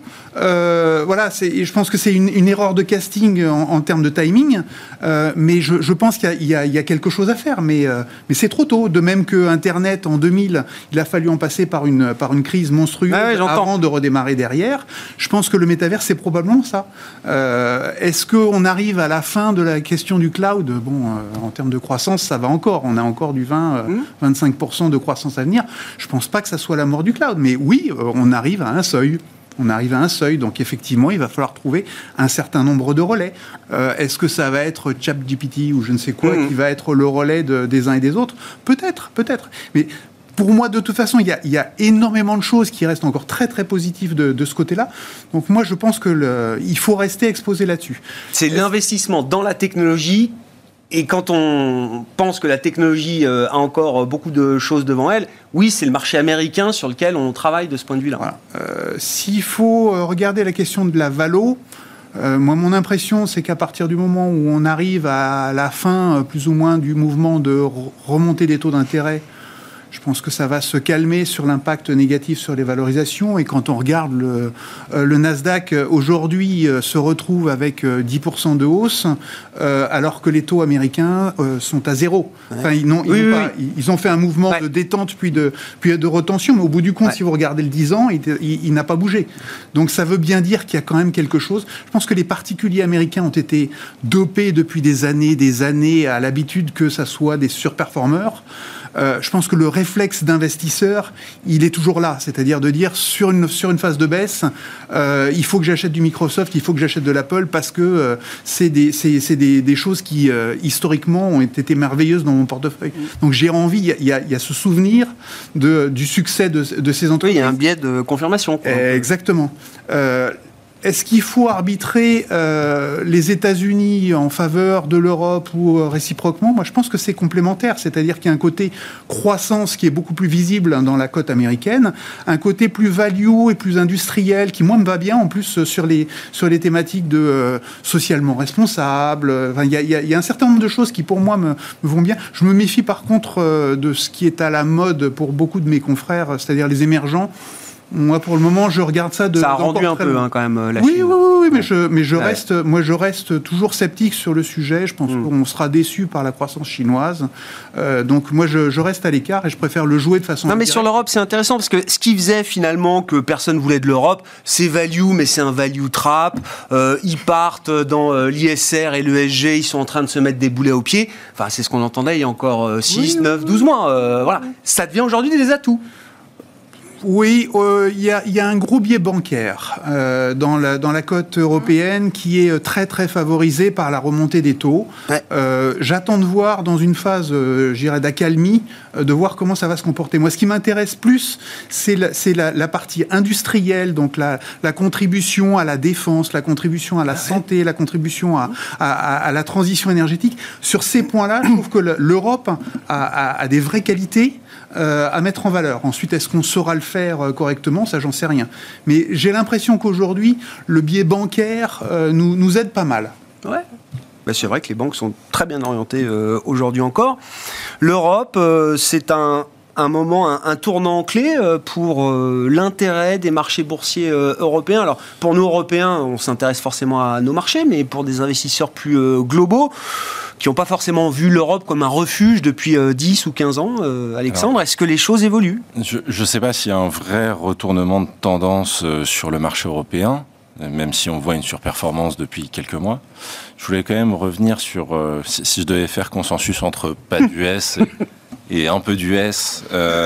Je pense que c'est une erreur de casting en termes de timing, mais je pense qu'il y a quelque chose à faire, mais c'est trop tôt. De même que Internet en 2000, il a fallu en passer par une crise monstrueuse avant de redémarrer derrière. Je pense que le métavers, c'est probablement ça. Est-ce qu'on arrive à la fin de la question du cloud ? En termes de croissance, ça va encore. On a encore du 20-25% de croissance à venir. Je pense pas que ça soit la mort du cloud, mais oui, on arrive à un seuil. Donc effectivement, il va falloir trouver un certain nombre de relais. Est-ce que ça va être ChatGPT ou je ne sais quoi qui va être le relais des uns et des autres ? Peut-être. Mais pour moi, de toute façon, il y a énormément de choses qui restent encore très très positives de ce côté-là. Donc moi, je pense qu'il faut rester exposé là-dessus. C'est l'investissement dans la technologie. Et quand on pense que la technologie a encore beaucoup de choses devant elle, oui, c'est le marché américain sur lequel on travaille de ce point de vue-là. Voilà. S'il faut regarder la question de la valo, moi, mon impression, c'est qu'à partir du moment où on arrive à la fin, plus ou moins, du mouvement de remontée des taux d'intérêt, je pense que ça va se calmer sur l'impact négatif sur les valorisations. Et quand on regarde le Nasdaq aujourd'hui se retrouve avec 10% de hausse, alors que les taux américains sont à zéro. Enfin, ils ont fait un mouvement de détente puis de retention, mais au bout du compte, si vous regardez le 10 ans, il n'a pas bougé. Donc ça veut bien dire qu'il y a quand même quelque chose. Je pense que les particuliers américains ont été dopés depuis des années à l'habitude que ça soit des surperformeurs. je pense que le réflexe d'investisseur, il est toujours là. C'est-à-dire de dire, sur une phase de baisse, il faut que j'achète du Microsoft, il faut que j'achète de l'Apple, parce que c'est des choses qui, historiquement, ont été merveilleuses dans mon portefeuille. Donc j'ai envie, il y a ce souvenir du succès de ces entreprises. Oui, il y a un biais de confirmation. Exactement. Est-ce qu'il faut arbitrer les États-Unis en faveur de l'Europe ou réciproquement ? Moi, je pense que c'est complémentaire. C'est-à-dire qu'il y a un côté croissance qui est beaucoup plus visible dans la cote américaine, un côté plus value et plus industriel qui, moi, me va bien en plus sur les thématiques de socialement responsable. Enfin, il y a un certain nombre de choses qui, pour moi, me vont bien. Je me méfie, par contre, de ce qui est à la mode pour beaucoup de mes confrères, c'est-à-dire les émergents. Moi, pour le moment, je regarde ça de... Ça a rendu un peu, quand même, la Chine. Oui, mais je reste toujours sceptique sur le sujet. Je pense qu'on sera déçu par la croissance chinoise. Donc, moi, je reste à l'écart et je préfère le jouer de façon... Non, mais sur l'Europe, c'est intéressant parce que ce qui faisait finalement que personne voulait de l'Europe, c'est value, mais c'est un value trap. Ils partent dans l'ISR et l'ESG, ils sont en train de se mettre des boulets aux pieds. Enfin, c'est ce qu'on entendait il y a encore 6, 9, 12 mois. Voilà. Ça devient aujourd'hui des atouts. Oui, il y a un gros biais bancaire dans la cote européenne qui est très très favorisé par la remontée des taux. Ouais. J'attends de voir dans une phase, d'accalmie, de voir comment ça va se comporter. Moi, ce qui m'intéresse plus, c'est la partie industrielle, donc la contribution à la défense, la contribution à la santé, la contribution à la transition énergétique. Sur ces points-là, je trouve que l'Europe a des vraies qualités à mettre en valeur. Ensuite, est-ce qu'on saura le faire correctement ? Ça, j'en sais rien. Mais j'ai l'impression qu'aujourd'hui, le biais bancaire nous aide pas mal. Ouais. Ben, c'est vrai que les banques sont très bien orientées aujourd'hui encore. L'Europe, c'est un moment, un tournant clé pour l'intérêt des marchés boursiers européens. Alors, pour nous, Européens, on s'intéresse forcément à nos marchés, mais pour des investisseurs plus globaux, qui n'ont pas forcément vu l'Europe comme un refuge depuis 10 ou 15 ans, Alexandre, est-ce que les choses évoluent ? Je ne sais pas s'il y a un vrai retournement de tendance sur le marché européen, même si on voit une surperformance depuis quelques mois. Je voulais quand même revenir sur, si je devais faire consensus entre pas d'US et un peu d'US,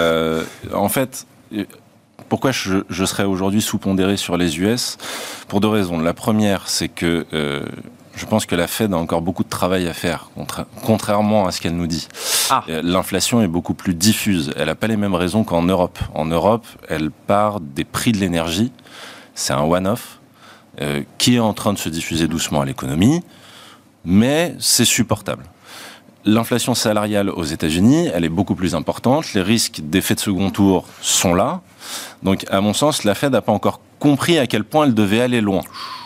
en fait, pourquoi je serais aujourd'hui sous-pondéré sur les US ? Pour deux raisons. La première, c'est que je pense que la Fed a encore beaucoup de travail à faire, contrairement à ce qu'elle nous dit. L'inflation est beaucoup plus diffuse. Elle n'a pas les mêmes raisons qu'en Europe. En Europe, elle part des prix de l'énergie. C'est un one-off qui est en train de se diffuser doucement à l'économie, mais c'est supportable. L'inflation salariale aux États-Unis, elle est beaucoup plus importante. Les risques d'effet de second tour sont là. Donc, à mon sens, la Fed n'a pas encore compris à quel point elle devait aller loin.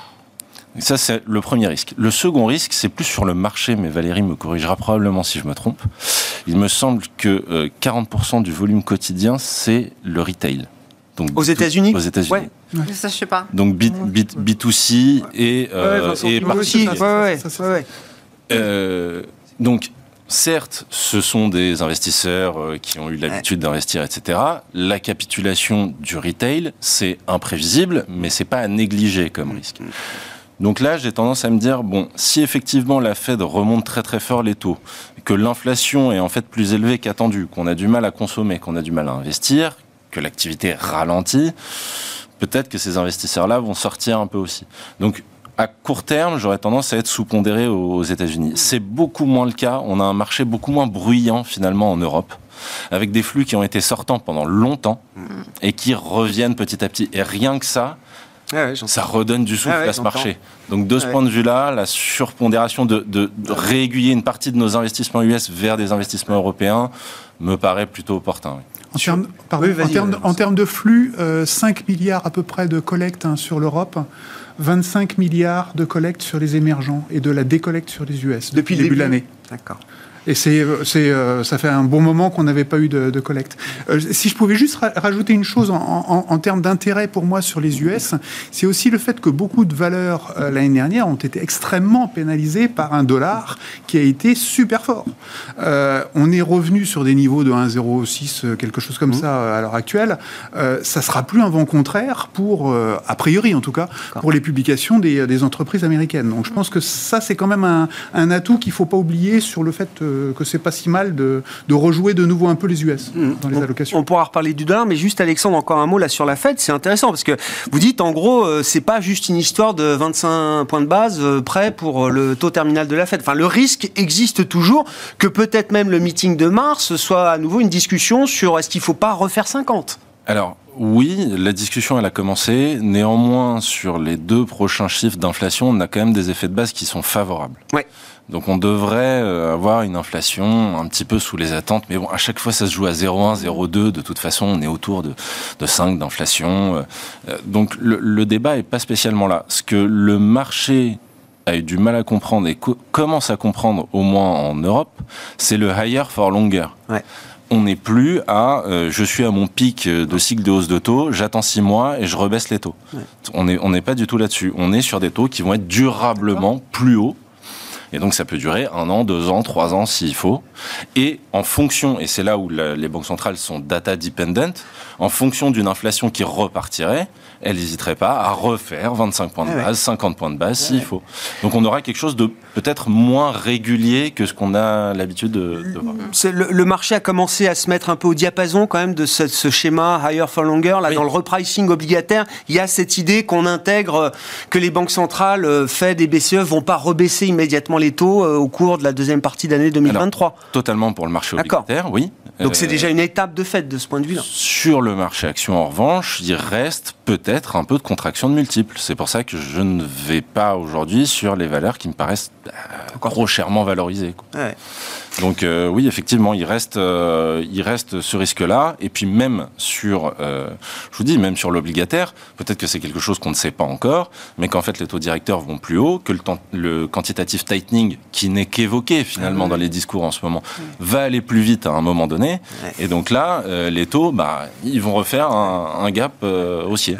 Et ça, c'est le premier risque. Le second risque, c'est plus sur le marché, mais Valérie me corrigera probablement si je me trompe. Il me semble que 40% du volume quotidien, c'est le retail. Donc, aux États-Unis ? Aux États-Unis. Ouais. Ça, je sais pas. Donc, B2C et particulier. Donc, certes, ce sont des investisseurs qui ont eu l'habitude d'investir, etc. La capitulation du retail, c'est imprévisible, mais c'est pas à négliger comme risque. Donc là, j'ai tendance à me dire, bon, si effectivement la Fed remonte très très fort les taux, que l'inflation est en fait plus élevée qu'attendue, qu'on a du mal à consommer, qu'on a du mal à investir, que l'activité ralentit, peut-être que ces investisseurs-là vont sortir un peu aussi. Donc, à court terme, j'aurais tendance à être sous-pondéré aux États-Unis. C'est beaucoup moins le cas. On a un marché beaucoup moins bruyant, finalement, en Europe, avec des flux qui ont été sortants pendant longtemps et qui reviennent petit à petit. Et rien que ça, ça redonne du souffle à ce marché. Donc, de ce point de vue-là, la surpondération de réaiguiller une partie de nos investissements US vers des investissements européens me paraît plutôt opportun. En termes de flux, 5 milliards à peu près de collecte sur l'Europe, 25 milliards de collecte sur les émergents et de la décollecte sur les US depuis le début de l'année. D'accord. Et ça fait un bon moment qu'on n'avait pas eu de collecte. Si je pouvais juste rajouter une chose en termes d'intérêt pour moi sur les US, c'est aussi le fait que beaucoup de valeurs l'année dernière ont été extrêmement pénalisées par un dollar qui a été super fort. On est revenu sur des niveaux de 1,06, quelque chose comme ça à l'heure actuelle. Ça sera plus un vent contraire pour, a priori en tout cas, pour les publications des entreprises américaines. Donc je pense que ça c'est quand même un atout qu'il ne faut pas oublier sur le fait que c'est pas si mal de rejouer de nouveau un peu les US dans les allocations. On pourra reparler du dollar, mais juste Alexandre, encore un mot là sur la Fed, c'est intéressant parce que vous dites en gros, c'est pas juste une histoire de 25 points de base prêt pour le taux terminal de la Fed. Enfin, le risque existe toujours que peut-être même le meeting de mars soit à nouveau une discussion sur est-ce qu'il faut pas refaire 50 ? Alors, oui, la discussion, elle a commencé. Néanmoins, sur les 2 prochains chiffres d'inflation, on a quand même des effets de base qui sont favorables. Ouais. Donc, on devrait avoir une inflation un petit peu sous les attentes. Mais bon, à chaque fois, ça se joue à 0,1, 0,2. De toute façon, on est autour de 5 d'inflation. Donc, le débat est pas spécialement là. Ce que le marché a eu du mal à comprendre et commence à comprendre, au moins en Europe, c'est le higher for longer. Ouais. On n'est plus à je suis à mon pic de cycle de hausse de taux, j'attends 6 mois et je rebaisse les taux. Ouais. On n'est pas du tout là-dessus. On est sur des taux qui vont être durablement plus hauts. Et donc ça peut durer 1 an, 2 ans, 3 ans s'il faut. Et en fonction, et c'est là où les banques centrales sont data dependent, en fonction d'une inflation qui repartirait, elles n'hésiteraient pas à refaire 25 points de base, 50 points de base s'il faut. Donc on aura quelque chose de peut-être moins régulier que ce qu'on a l'habitude de voir. Le marché a commencé à se mettre un peu au diapason quand même de ce schéma higher for longer. Là, dans le repricing obligataire, il y a cette idée qu'on intègre que les banques centrales, Fed et BCE, vont pas rebaisser immédiatement les taux au cours de la deuxième partie d'année 2023. Alors, totalement pour le marché obligataire, oui. Donc c'est déjà une étape de fait de ce point de vue-là. Sur le marché action, en revanche, il reste peut-être un peu de contraction de multiples. C'est pour ça que je ne vais pas aujourd'hui sur les valeurs qui me paraissent trop chèrement valorisées. Ouais. Donc oui, effectivement, il reste ce risque-là. Et puis même sur, je vous dis, même sur l'obligataire, peut-être que c'est quelque chose qu'on ne sait pas encore, mais qu'en fait les taux directeurs vont plus haut, que le quantitative tightening, qui n'est qu'évoqué finalement dans les discours en ce moment, va aller plus vite à un moment donné. Ouais. Et donc là, les taux, ils vont refaire un gap haussier.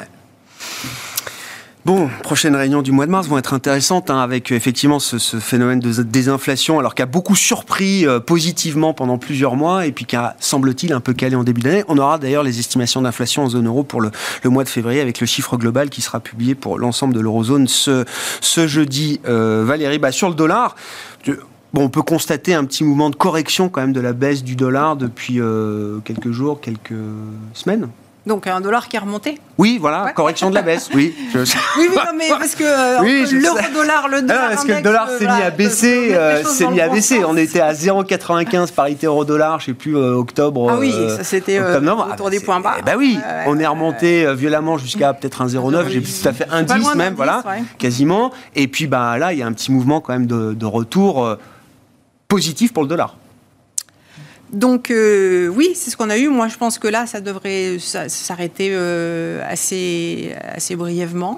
Bon, prochaines réunions du mois de mars vont être intéressantes avec effectivement ce phénomène de désinflation, alors qui a beaucoup surpris positivement pendant plusieurs mois et puis qui a, semble-t-il, un peu calé en début d'année. On aura d'ailleurs les estimations d'inflation en zone euro pour le mois de février avec le chiffre global qui sera publié pour l'ensemble de l'eurozone ce jeudi. Valérie, sur le dollar... Bon, on peut constater un petit mouvement de correction quand même de la baisse du dollar depuis quelques jours, quelques semaines. Donc un dollar qui est remonté ? Oui, voilà, ouais. Correction de la baisse, oui. Oui, non, mais parce que l'euro-dollar, le dollar parce que le dollar s'est mis à baisser, On était à 0,95 parité euro-dollar, je ne sais plus, octobre. Ah oui, ça c'était autour des points bas. Oui, on est remonté violemment jusqu'à peut-être 1,09, j'ai tout à fait 1,10 même, voilà, quasiment. Et puis là, il y a un petit mouvement quand même de retour positif pour le dollar. Donc oui, c'est ce qu'on a eu. Moi, je pense que là, ça devrait s'arrêter assez brièvement.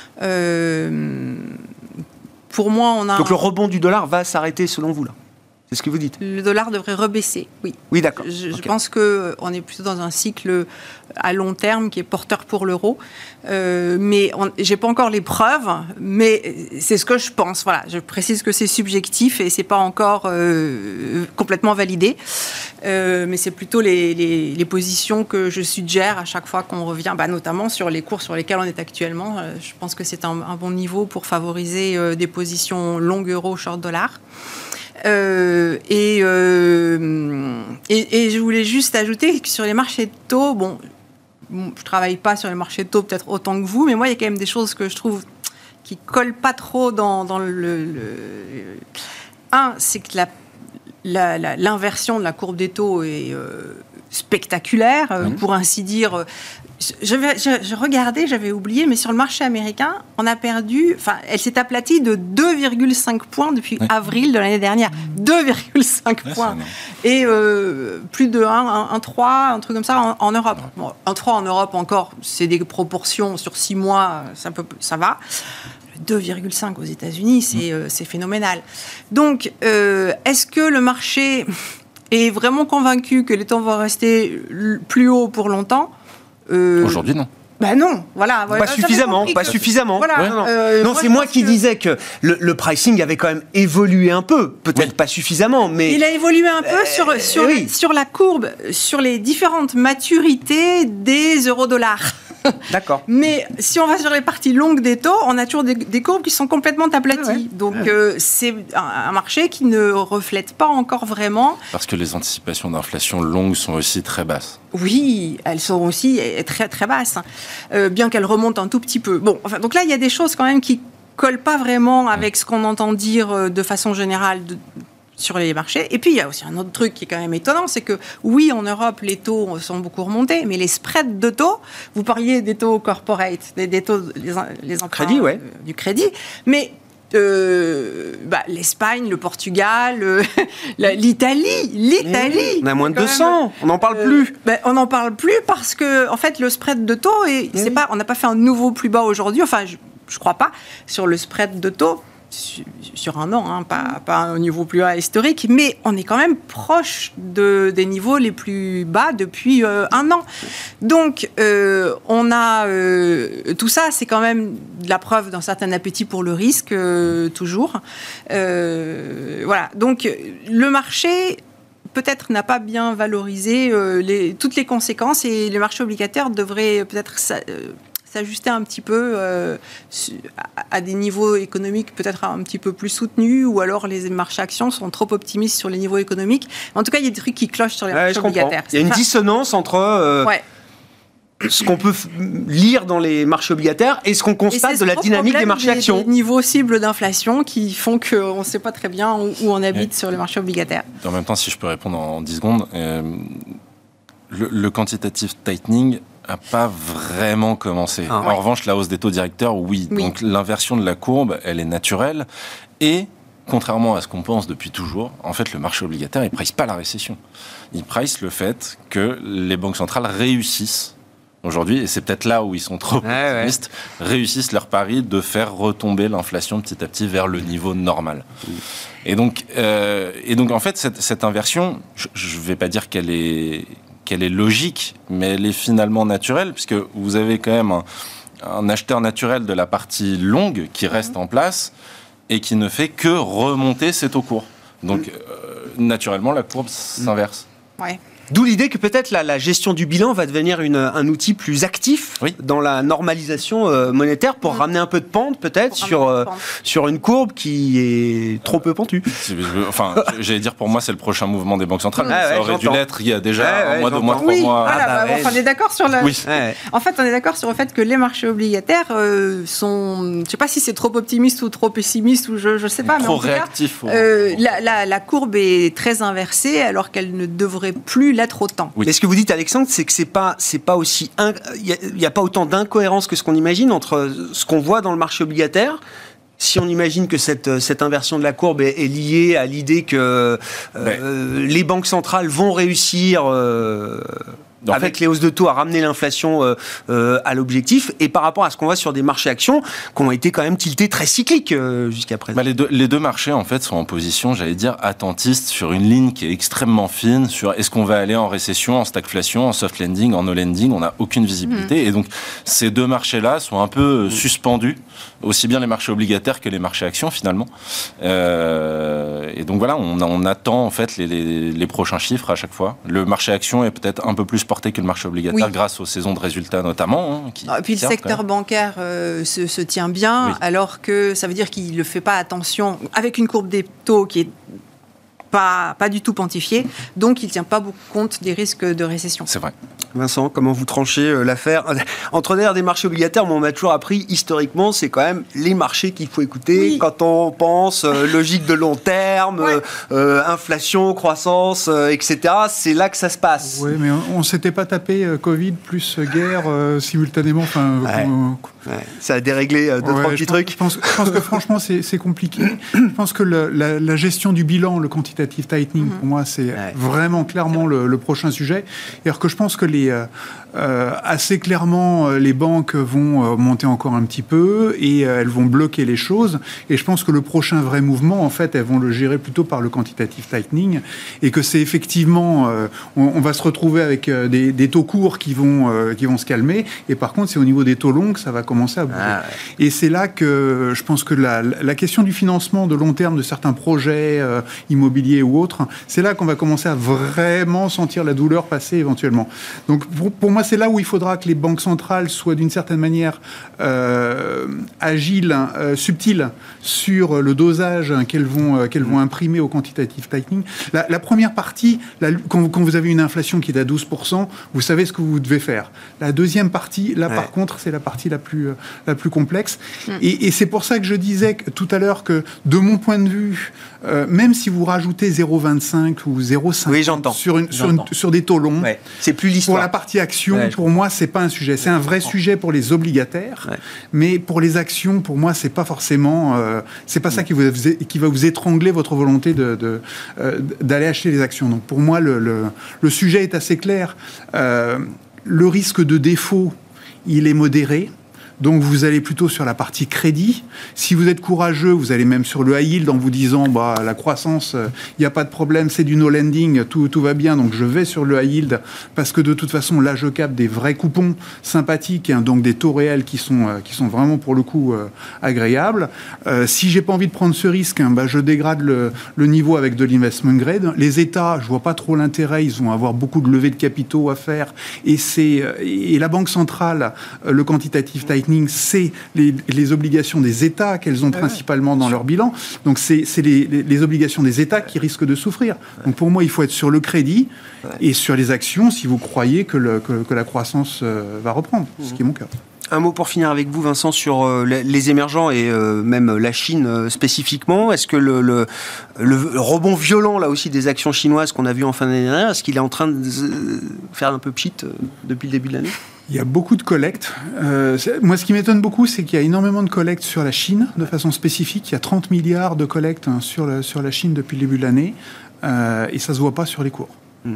Pour moi, on a... Donc le rebond du dollar va s'arrêter selon vous, là ? C'est ce que vous dites ? Le dollar devrait rebaisser, oui. Oui, d'accord. Je pense qu'on est plutôt dans un cycle à long terme qui est porteur pour l'euro. Mais je n'ai pas encore les preuves, mais c'est ce que je pense. Voilà, je précise que c'est subjectif et ce n'est pas encore complètement validé. Mais c'est plutôt les positions que je suggère à chaque fois qu'on revient, notamment sur les cours sur lesquels on est actuellement. Je pense que c'est un bon niveau pour favoriser des positions long euro, short dollar. Et je voulais juste ajouter que sur les marchés de taux, je travaille pas sur les marchés de taux peut-être autant que vous, mais moi il y a quand même des choses que je trouve qui collent pas trop dans Un, c'est que l'inversion de la courbe des taux est spectaculaire, pour ainsi dire. Je regardais, j'avais oublié, mais sur le marché américain, on a perdu, elle s'est aplatie de 2,5 points depuis avril de l'année dernière. 2,5 points. Et plus de 1,3, un truc comme ça en Europe. Bon, 1,3 en Europe encore, c'est des proportions sur 6 mois, ça va. 2,5 aux États-Unis, c'est phénoménal. Donc, est-ce que le marché est vraiment convaincu que les taux vont rester plus hauts pour longtemps ? Aujourd'hui, non. Non, voilà. Pas suffisamment. Voilà, non, c'est moi qui disais que le pricing avait quand même évolué un peu. Peut-être pas suffisamment, mais... Il a évolué un peu sur la courbe, sur les différentes maturités des euro-dollars. D'accord. Mais si on va sur les parties longues des taux, on a toujours des courbes qui sont complètement aplaties. Ouais. Donc c'est un marché qui ne reflète pas encore vraiment. Parce que les anticipations d'inflation longue sont aussi très basses. Oui, elles sont aussi très très basses, bien qu'elles remontent un tout petit peu. Bon, enfin, donc là, il y a des choses quand même qui collent pas vraiment avec ce qu'on entend dire de façon générale sur les marchés. Et puis, il y a aussi un autre truc qui est quand même étonnant, c'est que, oui, en Europe, les taux sont beaucoup remontés, mais les spreads de taux, vous parliez des taux corporate, des taux, les emprunts Crédit, ouais. Du crédit, mais l'Espagne, le Portugal, l'Italie. On a moins de 200, on n'en parle plus. On n'en parle plus parce que, en fait, le spread de taux, on n'a pas fait un nouveau plus bas aujourd'hui, enfin, je crois pas, sur le spread de taux. Sur un an, hein, pas au niveau plus bas historique, mais on est quand même proche des niveaux les plus bas depuis un an. Donc, on a tout ça, c'est quand même de la preuve d'un certain appétit pour le risque, toujours. Voilà. Donc, le marché peut-être n'a pas bien valorisé toutes les conséquences et les marchés obligataires devraient peut-être s'ajuster un petit peu à des niveaux économiques peut-être un petit peu plus soutenus, ou alors les marchés actions sont trop optimistes sur les niveaux économiques. En tout cas, il y a des trucs qui clochent sur les marchés obligataires. Il y a une dissonance entre ce qu'on peut lire dans les marchés obligataires et ce qu'on constate de la dynamique des marchés actions. Des niveaux cibles d'inflation qui font qu'on ne sait pas très bien où on habite sur les marchés obligataires. En même temps, si je peux répondre en 10 secondes, le quantitative tightening n'a pas vraiment commencé. En revanche, la hausse des taux directeurs, oui. Donc l'inversion de la courbe, elle est naturelle. Et contrairement à ce qu'on pense depuis toujours, en fait, le marché obligataire, il ne price pas la récession. Il price le fait que les banques centrales réussissent aujourd'hui, et c'est peut-être là où ils sont trop optimistes, réussissent leur pari de faire retomber l'inflation petit à petit vers le niveau normal. Et donc en fait, cette inversion, je ne vais pas dire qu'elle est logique, mais elle est finalement naturelle, puisque vous avez quand même un acheteur naturel de la partie longue qui reste en place et qui ne fait que remonter ses taux courts. Donc, naturellement, la courbe s'inverse. Ouais. D'où l'idée que peut-être la gestion du bilan va devenir un outil plus actif dans la normalisation monétaire pour ramener un peu de pente peut-être sur une courbe qui est trop peu pentue. Enfin, j'allais dire, pour moi, c'est le prochain mouvement des banques centrales. Ça aurait dû l'être il y a déjà un mois, 2 mois, 3 mois. On est d'accord sur En fait, on est d'accord sur le fait que les marchés obligataires sont... Je ne sais pas si c'est trop optimiste ou trop pessimiste, ou je ne sais pas. Trop réactif. La courbe est très inversée alors qu'elle ne devrait plus l'être autant. Et ce que vous dites, Alexandre, c'est que c'est pas aussi il y a pas autant d'incohérence que ce qu'on imagine entre ce qu'on voit dans le marché obligataire. Si on imagine que cette inversion de la courbe est liée à l'idée que les banques centrales vont réussir avec les hausses de taux à ramener l'inflation à l'objectif, et par rapport à ce qu'on voit sur des marchés actions qui ont été quand même tiltés très cycliques jusqu'à présent. Les deux marchés en fait sont en position, j'allais dire, attentiste sur une ligne qui est extrêmement fine sur est-ce qu'on va aller en récession, en stagflation, en soft landing, en no landing. On n'a aucune visibilité et donc ces deux marchés-là sont un peu suspendus, aussi bien les marchés obligataires que les marchés actions finalement. Et donc voilà, on attend en fait les prochains chiffres à chaque fois. Le marché action est peut-être un peu plus porté que le marché obligataire grâce aux saisons de résultats notamment. Et puis le secteur bancaire se tient bien, alors que ça veut dire qu'il ne fait pas attention, avec une courbe des taux qui est pas du tout pontifiée, donc il ne tient pas beaucoup compte des risques de récession. C'est vrai. Vincent, comment vous tranchez l'affaire? Entre d'ailleurs des marchés obligataires, on m'a toujours appris, historiquement, c'est quand même les marchés qu'il faut écouter quand on pense logique de long terme, inflation, croissance, etc. C'est là que ça se passe. Oui, mais on ne s'était pas tapé Covid plus guerre simultanément. Ça a déréglé trois petits trucs. Je pense que franchement, c'est compliqué. Je pense que la gestion du bilan, le quantitative tightening, pour moi, c'est vraiment clairement le prochain sujet. Alors que je pense que assez clairement, les banques vont monter encore un petit peu et elles vont bloquer les choses. Et je pense que le prochain vrai mouvement, en fait, elles vont le gérer plutôt par le quantitative tightening, et que c'est effectivement, on va se retrouver avec des taux courts qui vont se calmer. Et par contre, c'est au niveau des taux longs que ça va commencer à bouger. Et c'est là que je pense que la question du financement de long terme de certains projets immobiliers immobilier ou autre, c'est là qu'on va commencer à vraiment sentir la douleur passer éventuellement. Donc pour moi, c'est là où il faudra que les banques centrales soient d'une certaine manière agiles, subtiles sur le dosage qu'elles vont imprimer au quantitative tightening. La première partie, quand vous avez une inflation qui est à 12%, vous savez ce que vous devez faire. La deuxième partie, là par contre, c'est la partie la plus complexe. Et c'est pour ça que je disais tout à l'heure que, de mon point de vue, même si vous rajoutez 0,25 ou 0,5 sur des taux longs, c'est plus l'histoire. Pour la partie action, pour moi, c'est pas un sujet. C'est un vrai sujet pour les obligataires, mais pour les actions, pour moi, c'est pas forcément, c'est pas ça qui va vous étrangler votre volonté d'aller acheter les actions. Donc pour moi, le sujet est assez clair. Le risque de défaut, il est modéré. Donc vous allez plutôt sur la partie crédit. Si vous êtes courageux, vous allez même sur le high yield en vous disant la croissance, il n'y a pas de problème, c'est du no lending, tout va bien, donc je vais sur le high yield parce que de toute façon là je capte des vrais coupons sympathiques, donc des taux réels qui sont vraiment pour le coup agréables. Si j'ai pas envie de prendre ce risque, je dégrade le niveau avec de l'investment grade. Les États, je vois pas trop l'intérêt, ils vont avoir beaucoup de levées de capitaux à faire et la Banque centrale, le quantitative tightening, c'est les obligations des États qu'elles ont principalement dans leur bilan. Donc, c'est les obligations des États qui risquent de souffrir. Donc, pour moi, il faut être sur le crédit et sur les actions si vous croyez que la croissance va reprendre, ce qui est mon cas. Un mot pour finir avec vous, Vincent, sur les émergents et même la Chine spécifiquement. Est-ce que le rebond violent, là aussi, des actions chinoises qu'on a vu en fin d'année dernière, est-ce qu'il est en train de faire un peu pchit depuis le début de l'année ? Il y a beaucoup de collectes. Moi, ce qui m'étonne beaucoup, c'est qu'il y a énormément de collectes sur la Chine, de façon spécifique. Il y a 30 milliards de collectes sur la Chine depuis le début de l'année, et ça ne se voit pas sur les cours.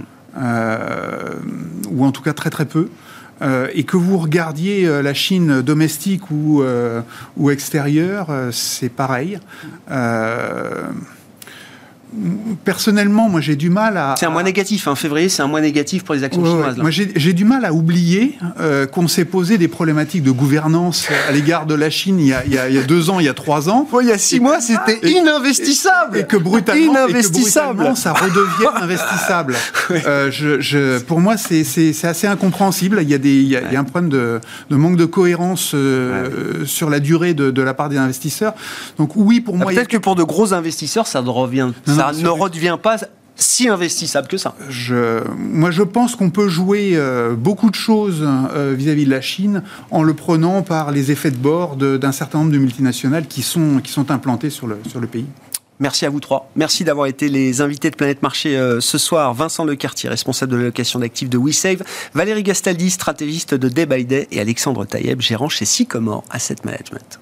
Ou en tout cas très très peu. Et que vous regardiez la Chine domestique ou extérieure, c'est pareil. Personnellement, moi, j'ai du mal à... C'est un mois négatif, février, c'est un mois négatif pour les actions chinoises. Moi, j'ai du mal à oublier qu'on s'est posé des problématiques de gouvernance à l'égard de la Chine il y a 2 ans, il y a 3 ans. Il y a 6 mois, c'était ininvestissable. Et que brutalement, ça redevienne investissable. Pour moi, c'est assez incompréhensible. Il y a un problème de manque de cohérence sur la durée de la part des investisseurs. Donc oui, pour moi... Peut-être que pour de gros investisseurs, ça ne redevient pas si investissable que ça. Moi, je pense qu'on peut jouer beaucoup de choses vis-à-vis de la Chine en le prenant par les effets de bord d'un certain nombre de multinationales qui sont implantées sur le pays. Merci à vous trois. Merci d'avoir été les invités de Planète Marché ce soir. Vincent Lecartier, responsable de l'allocation d'actifs de WeSave, Valérie Gastaldi, stratégiste de Day by Day, et Alexandre Taïeb, gérant chez Sycomore Asset Management.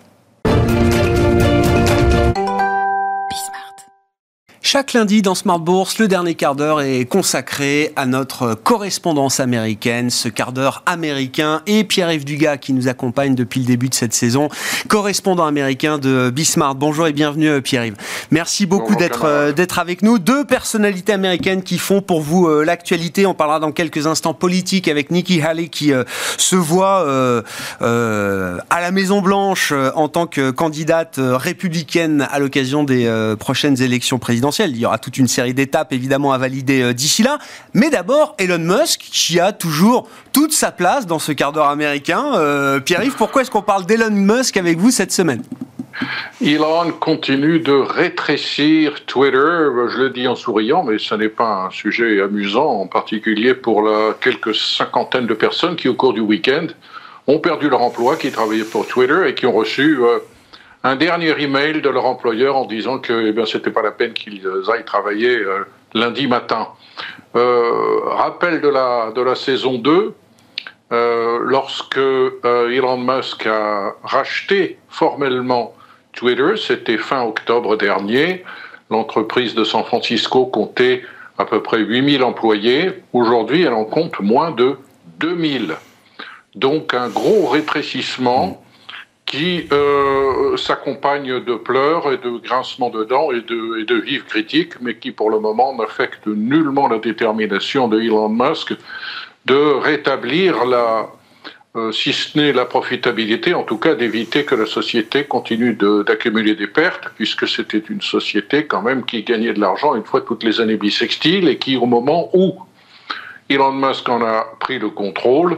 Chaque lundi dans Smart Bourse, le dernier quart d'heure est consacré à notre correspondance américaine. Ce quart d'heure américain et Pierre-Yves Dugas qui nous accompagne depuis le début de cette saison, correspondant américain de Bismart. Bonjour et bienvenue Pierre-Yves. Merci beaucoup d'être avec nous. 2 personnalités américaines qui font pour vous l'actualité. On parlera dans quelques instants politique avec Nikki Haley qui se voit à la Maison-Blanche en tant que candidate républicaine à l'occasion des prochaines élections présidentielles. Il y aura toute une série d'étapes évidemment à valider d'ici là. Mais d'abord, Elon Musk qui a toujours toute sa place dans ce quart d'heure américain. Pierre-Yves, pourquoi est-ce qu'on parle d'Elon Musk avec vous cette semaine ? Elon continue de rétrécir Twitter, je le dis en souriant, mais ce n'est pas un sujet amusant, en particulier pour quelques cinquantaines de personnes qui, au cours du week-end, ont perdu leur emploi, qui travaillaient pour Twitter et qui ont reçu un dernier email de leur employeur en disant que c'était pas la peine qu'ils aillent travailler lundi matin. Rappel de la saison 2, lorsque Elon Musk a racheté formellement Twitter, c'était fin octobre dernier, l'entreprise de San Francisco comptait à peu près 8000 employés. Aujourd'hui, elle en compte moins de 2000. Donc un gros rétrécissement qui s'accompagne de pleurs et de grincements de dents et de vives critiques, mais qui pour le moment n'affecte nullement la détermination de Elon Musk de rétablir si ce n'est la profitabilité, en tout cas d'éviter que la société continue d'accumuler des pertes, puisque c'était une société quand même qui gagnait de l'argent une fois toutes les années bissextiles et qui, au moment où Elon Musk en a pris le contrôle,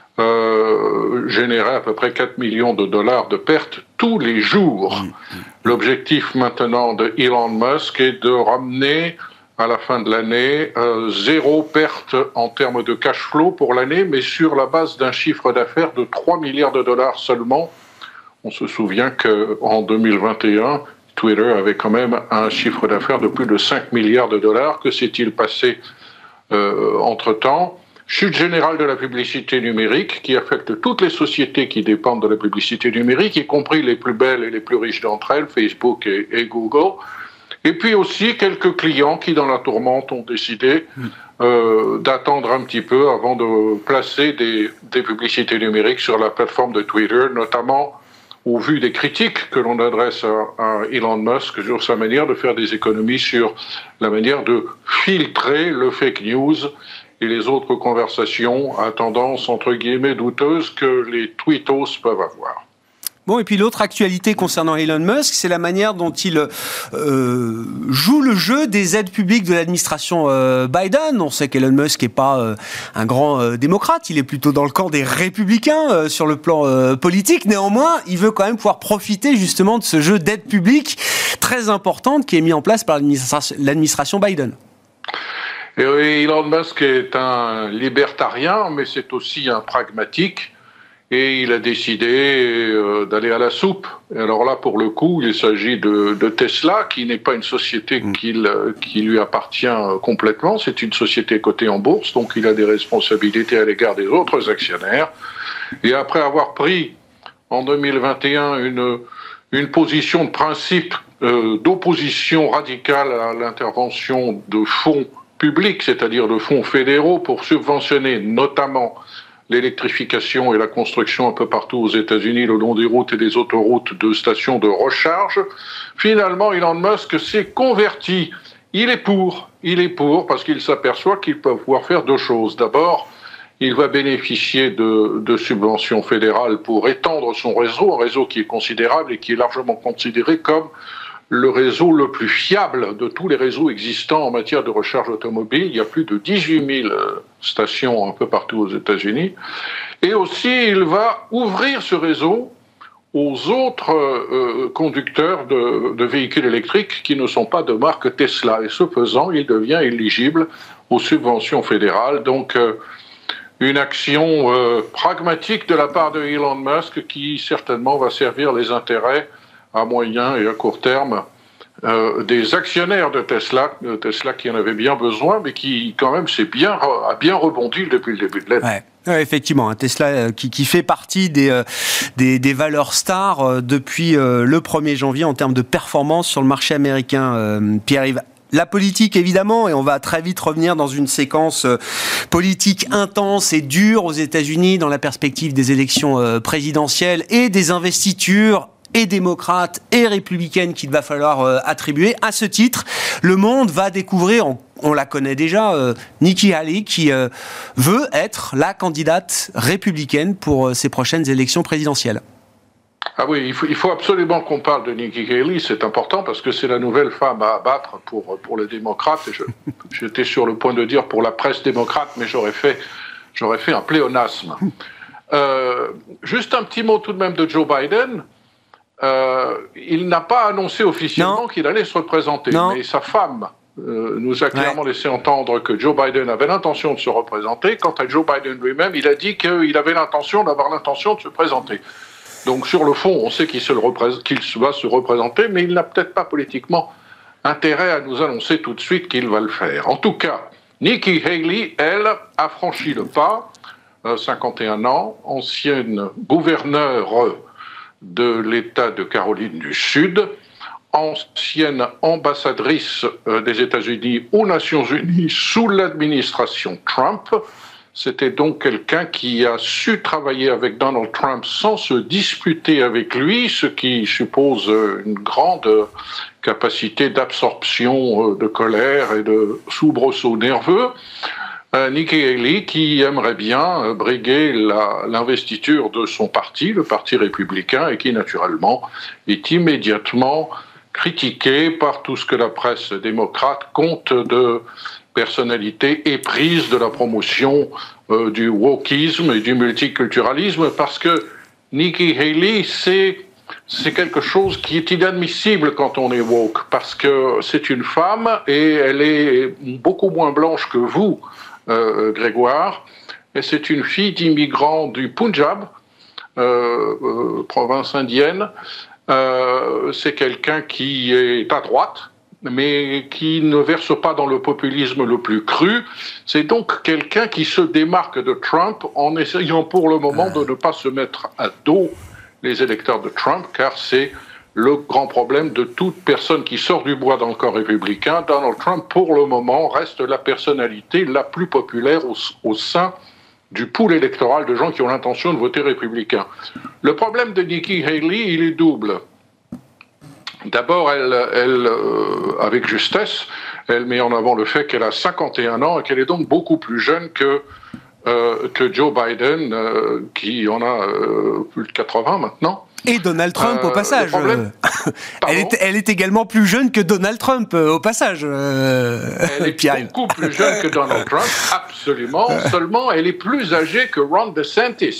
générait à peu près 4 millions de dollars de pertes tous les jours. L'objectif maintenant de Elon Musk est de ramener à la fin de l'année, 0 perte en termes de cash flow pour l'année, mais sur la base d'un chiffre d'affaires de 3 milliards de dollars seulement. On se souvient qu'en 2021, Twitter avait quand même un chiffre d'affaires de plus de 5 milliards de dollars. Que s'est-il passé entre-temps ? Chute générale de la publicité numérique qui affecte toutes les sociétés qui dépendent de la publicité numérique, y compris les plus belles et les plus riches d'entre elles, Facebook et Google. Et puis aussi quelques clients qui, dans la tourmente, ont décidé d'attendre un petit peu avant de placer des publicités numériques sur la plateforme de Twitter, notamment au vu des critiques que l'on adresse à Elon Musk sur sa manière de faire des économies, sur la manière de filtrer le fake news et les autres conversations à tendance, entre guillemets, douteuse que les tweetos peuvent avoir. Bon, et puis l'autre actualité concernant Elon Musk, c'est la manière dont il joue le jeu des aides publiques de l'administration Biden. On sait qu'Elon Musk n'est pas un grand démocrate, il est plutôt dans le camp des républicains sur le plan politique. Néanmoins, il veut quand même pouvoir profiter justement de ce jeu d'aide publique très importante qui est mis en place par l'administration Biden. Et Elon Musk est un libertarien, mais c'est aussi un pragmatique. Et il a décidé d'aller à la soupe. Et alors là, pour le coup, il s'agit de Tesla, qui n'est pas une société qui lui appartient complètement. C'est une société cotée en bourse, donc il a des responsabilités à l'égard des autres actionnaires. Et après avoir pris, en 2021, une position de principe d'opposition radicale à l'intervention de fonds publics, c'est-à-dire de fonds fédéraux, pour subventionner notamment l'électrification et la construction un peu partout aux États-Unis, le long des routes et des autoroutes de stations de recharge. Finalement, Elon Musk s'est converti. Il est pour parce qu'il s'aperçoit qu'il peut pouvoir faire deux choses. D'abord, il va bénéficier de subventions fédérales pour étendre son réseau, un réseau qui est considérable et qui est largement considéré comme le réseau le plus fiable de tous les réseaux existants en matière de recharge automobile. Il y a plus de 18 000 stations un peu partout aux États-Unis. Et aussi, il va ouvrir ce réseau aux autres conducteurs de véhicules électriques qui ne sont pas de marque Tesla. Et ce faisant, il devient éligible aux subventions fédérales. Donc, une action pragmatique de la part de Elon Musk qui certainement va servir les intérêts à moyen et à court terme des actionnaires de Tesla qui en avaient bien besoin, mais qui quand même a bien rebondi depuis le début de l'année. Ouais, effectivement, Tesla qui fait partie des valeurs stars depuis le 1er janvier en termes de performance sur le marché américain. Pierre-Yves, la politique évidemment, et on va très vite revenir dans une séquence politique intense et dure aux États-Unis dans la perspective des élections présidentielles et des investitures et démocrates et républicaines qu'il va falloir attribuer. À ce titre, le monde va découvrir, on la connaît déjà, Nikki Haley qui veut être la candidate républicaine pour ces prochaines élections présidentielles. Ah oui, il faut absolument qu'on parle de Nikki Haley, c'est important parce que c'est la nouvelle femme à abattre pour les démocrates. Et j'étais sur le point de dire pour la presse démocrate, mais j'aurais fait un pléonasme. Juste un petit mot tout de même de Joe Biden. Il n'a pas annoncé officiellement qu'il allait se représenter, mais sa femme nous a clairement laissé entendre que Joe Biden avait l'intention de se représenter. Quant à Joe Biden lui-même, il a dit qu'il avait l'intention de se présenter. Donc sur le fond, on sait qu'il va se représenter, mais il n'a peut-être pas politiquement intérêt à nous annoncer tout de suite qu'il va le faire. En tout cas, Nikki Haley, elle, a franchi le pas, 51 ans, ancienne gouverneure de l'État de Caroline du Sud, ancienne ambassadrice des États-Unis aux Nations Unies sous l'administration Trump. C'était donc quelqu'un qui a su travailler avec Donald Trump sans se disputer avec lui, ce qui suppose une grande capacité d'absorption de colère et de soubresaut nerveux. Nikki Haley, qui aimerait bien briguer l'investiture de son parti, le Parti républicain, et qui, naturellement, est immédiatement critiqué par tout ce que la presse démocrate compte de personnalités éprises de la promotion du wokisme et du multiculturalisme, parce que Nikki Haley, c'est quelque chose qui est inadmissible quand on est woke, parce que c'est une femme et elle est beaucoup moins blanche que vous, Grégoire, et c'est une fille d'immigrants du Punjab, province indienne. C'est quelqu'un qui est à droite, mais qui ne verse pas dans le populisme le plus cru. C'est donc quelqu'un qui se démarque de Trump en essayant pour le moment de ne pas se mettre à dos les électeurs de Trump, car c'est le grand problème de toute personne qui sort du bois dans le camp républicain. Donald Trump, pour le moment, reste la personnalité la plus populaire au sein du pool électoral de gens qui ont l'intention de voter républicain. Le problème de Nikki Haley, il est double. D'abord, elle avec justesse, elle met en avant le fait qu'elle a 51 ans et qu'elle est donc beaucoup plus jeune que Joe Biden, qui en a plus de 80 maintenant. Et Donald Trump, au passage. Elle est également plus jeune que Donald Trump, au passage. Elle est beaucoup plus jeune que Donald Trump, absolument. Seulement, elle est plus âgée que Ron DeSantis.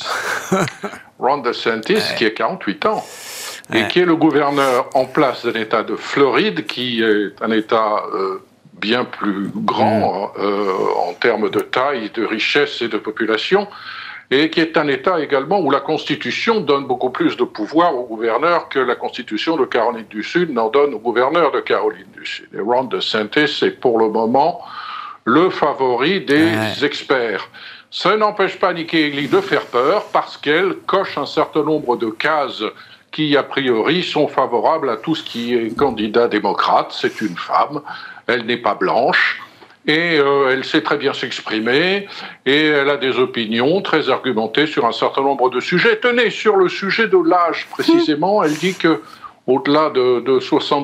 Ron DeSantis, qui a 48 ans. Et qui est le gouverneur en place de l'État de Floride, qui est un État bien plus grand en termes de taille, de richesse et de population, et qui est un État également où la Constitution donne beaucoup plus de pouvoir au gouverneur que la Constitution de Caroline du Sud n'en donne au gouverneur de Caroline du Sud. Et Ron DeSantis est pour le moment le favori des experts. Ça n'empêche pas Nikki Haley de faire peur parce qu'elle coche un certain nombre de cases qui, a priori, sont favorables à tout ce qui est candidat démocrate. C'est une femme, elle n'est pas blanche, et elle sait très bien s'exprimer, et elle a des opinions très argumentées sur un certain nombre de sujets. Tenez, sur le sujet de l'âge, précisément, elle dit que au-delà de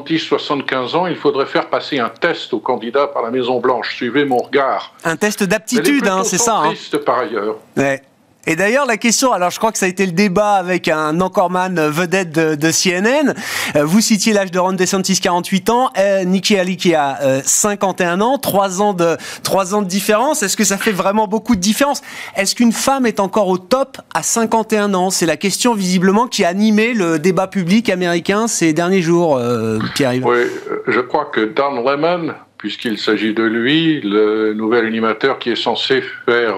70-75 ans, il faudrait faire passer un test aux candidats par la Maison-Blanche. Suivez mon regard. Un test d'aptitude, c'est ça. Elle est plutôt par ailleurs. Ouais. Et d'ailleurs, la question, alors je crois que ça a été le débat avec un anchorman vedette de CNN. Vous citiez l'âge de Ron DeSantis, 48 ans, Nikki Haley qui a 51 ans, 3 ans de différence. Est-ce que ça fait vraiment beaucoup de différence? Est-ce qu'une femme est encore au top à 51 ans? C'est la question visiblement qui a animé le débat public américain ces derniers jours, Pierre-Yves. Oui, je crois que Don Lemon, puisqu'il s'agit de lui, le nouvel animateur qui est censé faire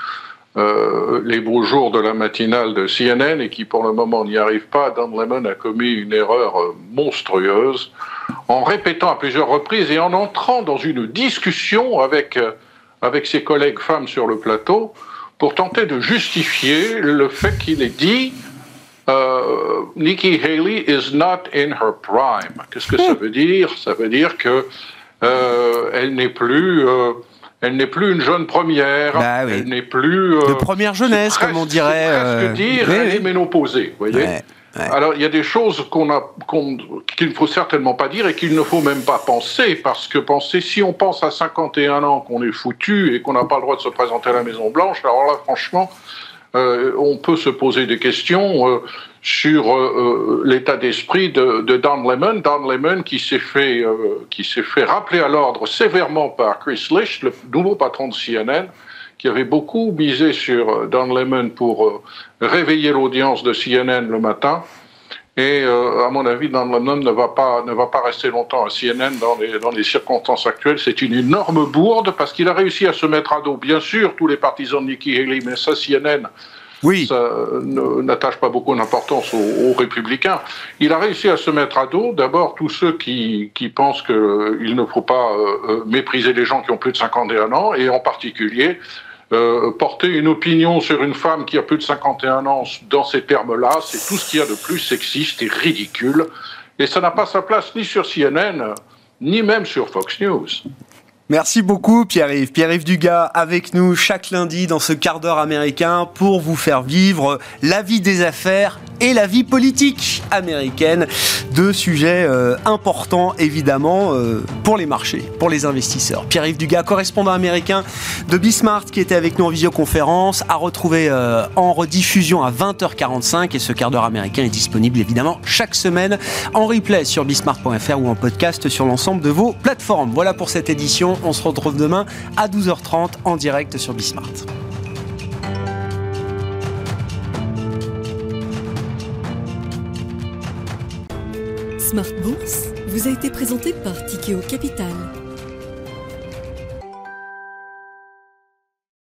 les beaux jours de la matinale de CNN et qui pour le moment n'y arrive pas, Don Lemon a commis une erreur monstrueuse en répétant à plusieurs reprises et en entrant dans une discussion avec ses collègues femmes sur le plateau pour tenter de justifier le fait qu'il ait dit Nikki Haley is not in her prime. Qu'est-ce que ça veut dire? Ça veut dire que elle n'est plus une jeune première, elle n'est plus... de première jeunesse, comme on dirait. Presque dire, elle est ménopausée, vous voyez. Alors, il y a des choses qu'il ne faut certainement pas dire et qu'il ne faut même pas penser, parce que si on pense à 51 ans qu'on est foutu et qu'on n'a pas le droit de se présenter à la Maison-Blanche, alors là, franchement, on peut se poser des questions sur l'état d'esprit de Don Lemon. Don Lemon qui s'est fait rappeler à l'ordre sévèrement par Chris Licht, le nouveau patron de CNN, qui avait beaucoup misé sur Don Lemon pour réveiller l'audience de CNN le matin. Et à mon avis, Don Lemon ne va pas rester longtemps à CNN dans les circonstances actuelles. C'est une énorme bourde parce qu'il a réussi à se mettre à dos, bien sûr, tous les partisans de Nikki Haley, mais ça, CNN, ça n'attache pas beaucoup d'importance aux républicains. Il a réussi à se mettre à dos, d'abord, tous ceux qui pensent qu'il ne faut pas mépriser les gens qui ont plus de 51 ans, et en particulier porter une opinion sur une femme qui a plus de 51 ans dans ces termes-là, c'est tout ce qu'il y a de plus sexiste et ridicule. Et ça n'a pas sa place ni sur CNN, ni même sur Fox News. Merci beaucoup Pierre-Yves. Pierre-Yves Dugas avec nous chaque lundi dans ce quart d'heure américain pour vous faire vivre la vie des affaires et la vie politique américaine. Deux sujets importants évidemment pour les marchés, pour les investisseurs. Pierre-Yves Dugas, correspondant américain de Bismart qui était avec nous en visioconférence, à retrouver en rediffusion à 20h45 et ce quart d'heure américain est disponible évidemment chaque semaine en replay sur bismart.fr ou en podcast sur l'ensemble de vos plateformes. Voilà pour cette édition. On se retrouve demain à 12h30 en direct sur Bismart. Smart Bourse vous a été présenté par Tikeo Capital.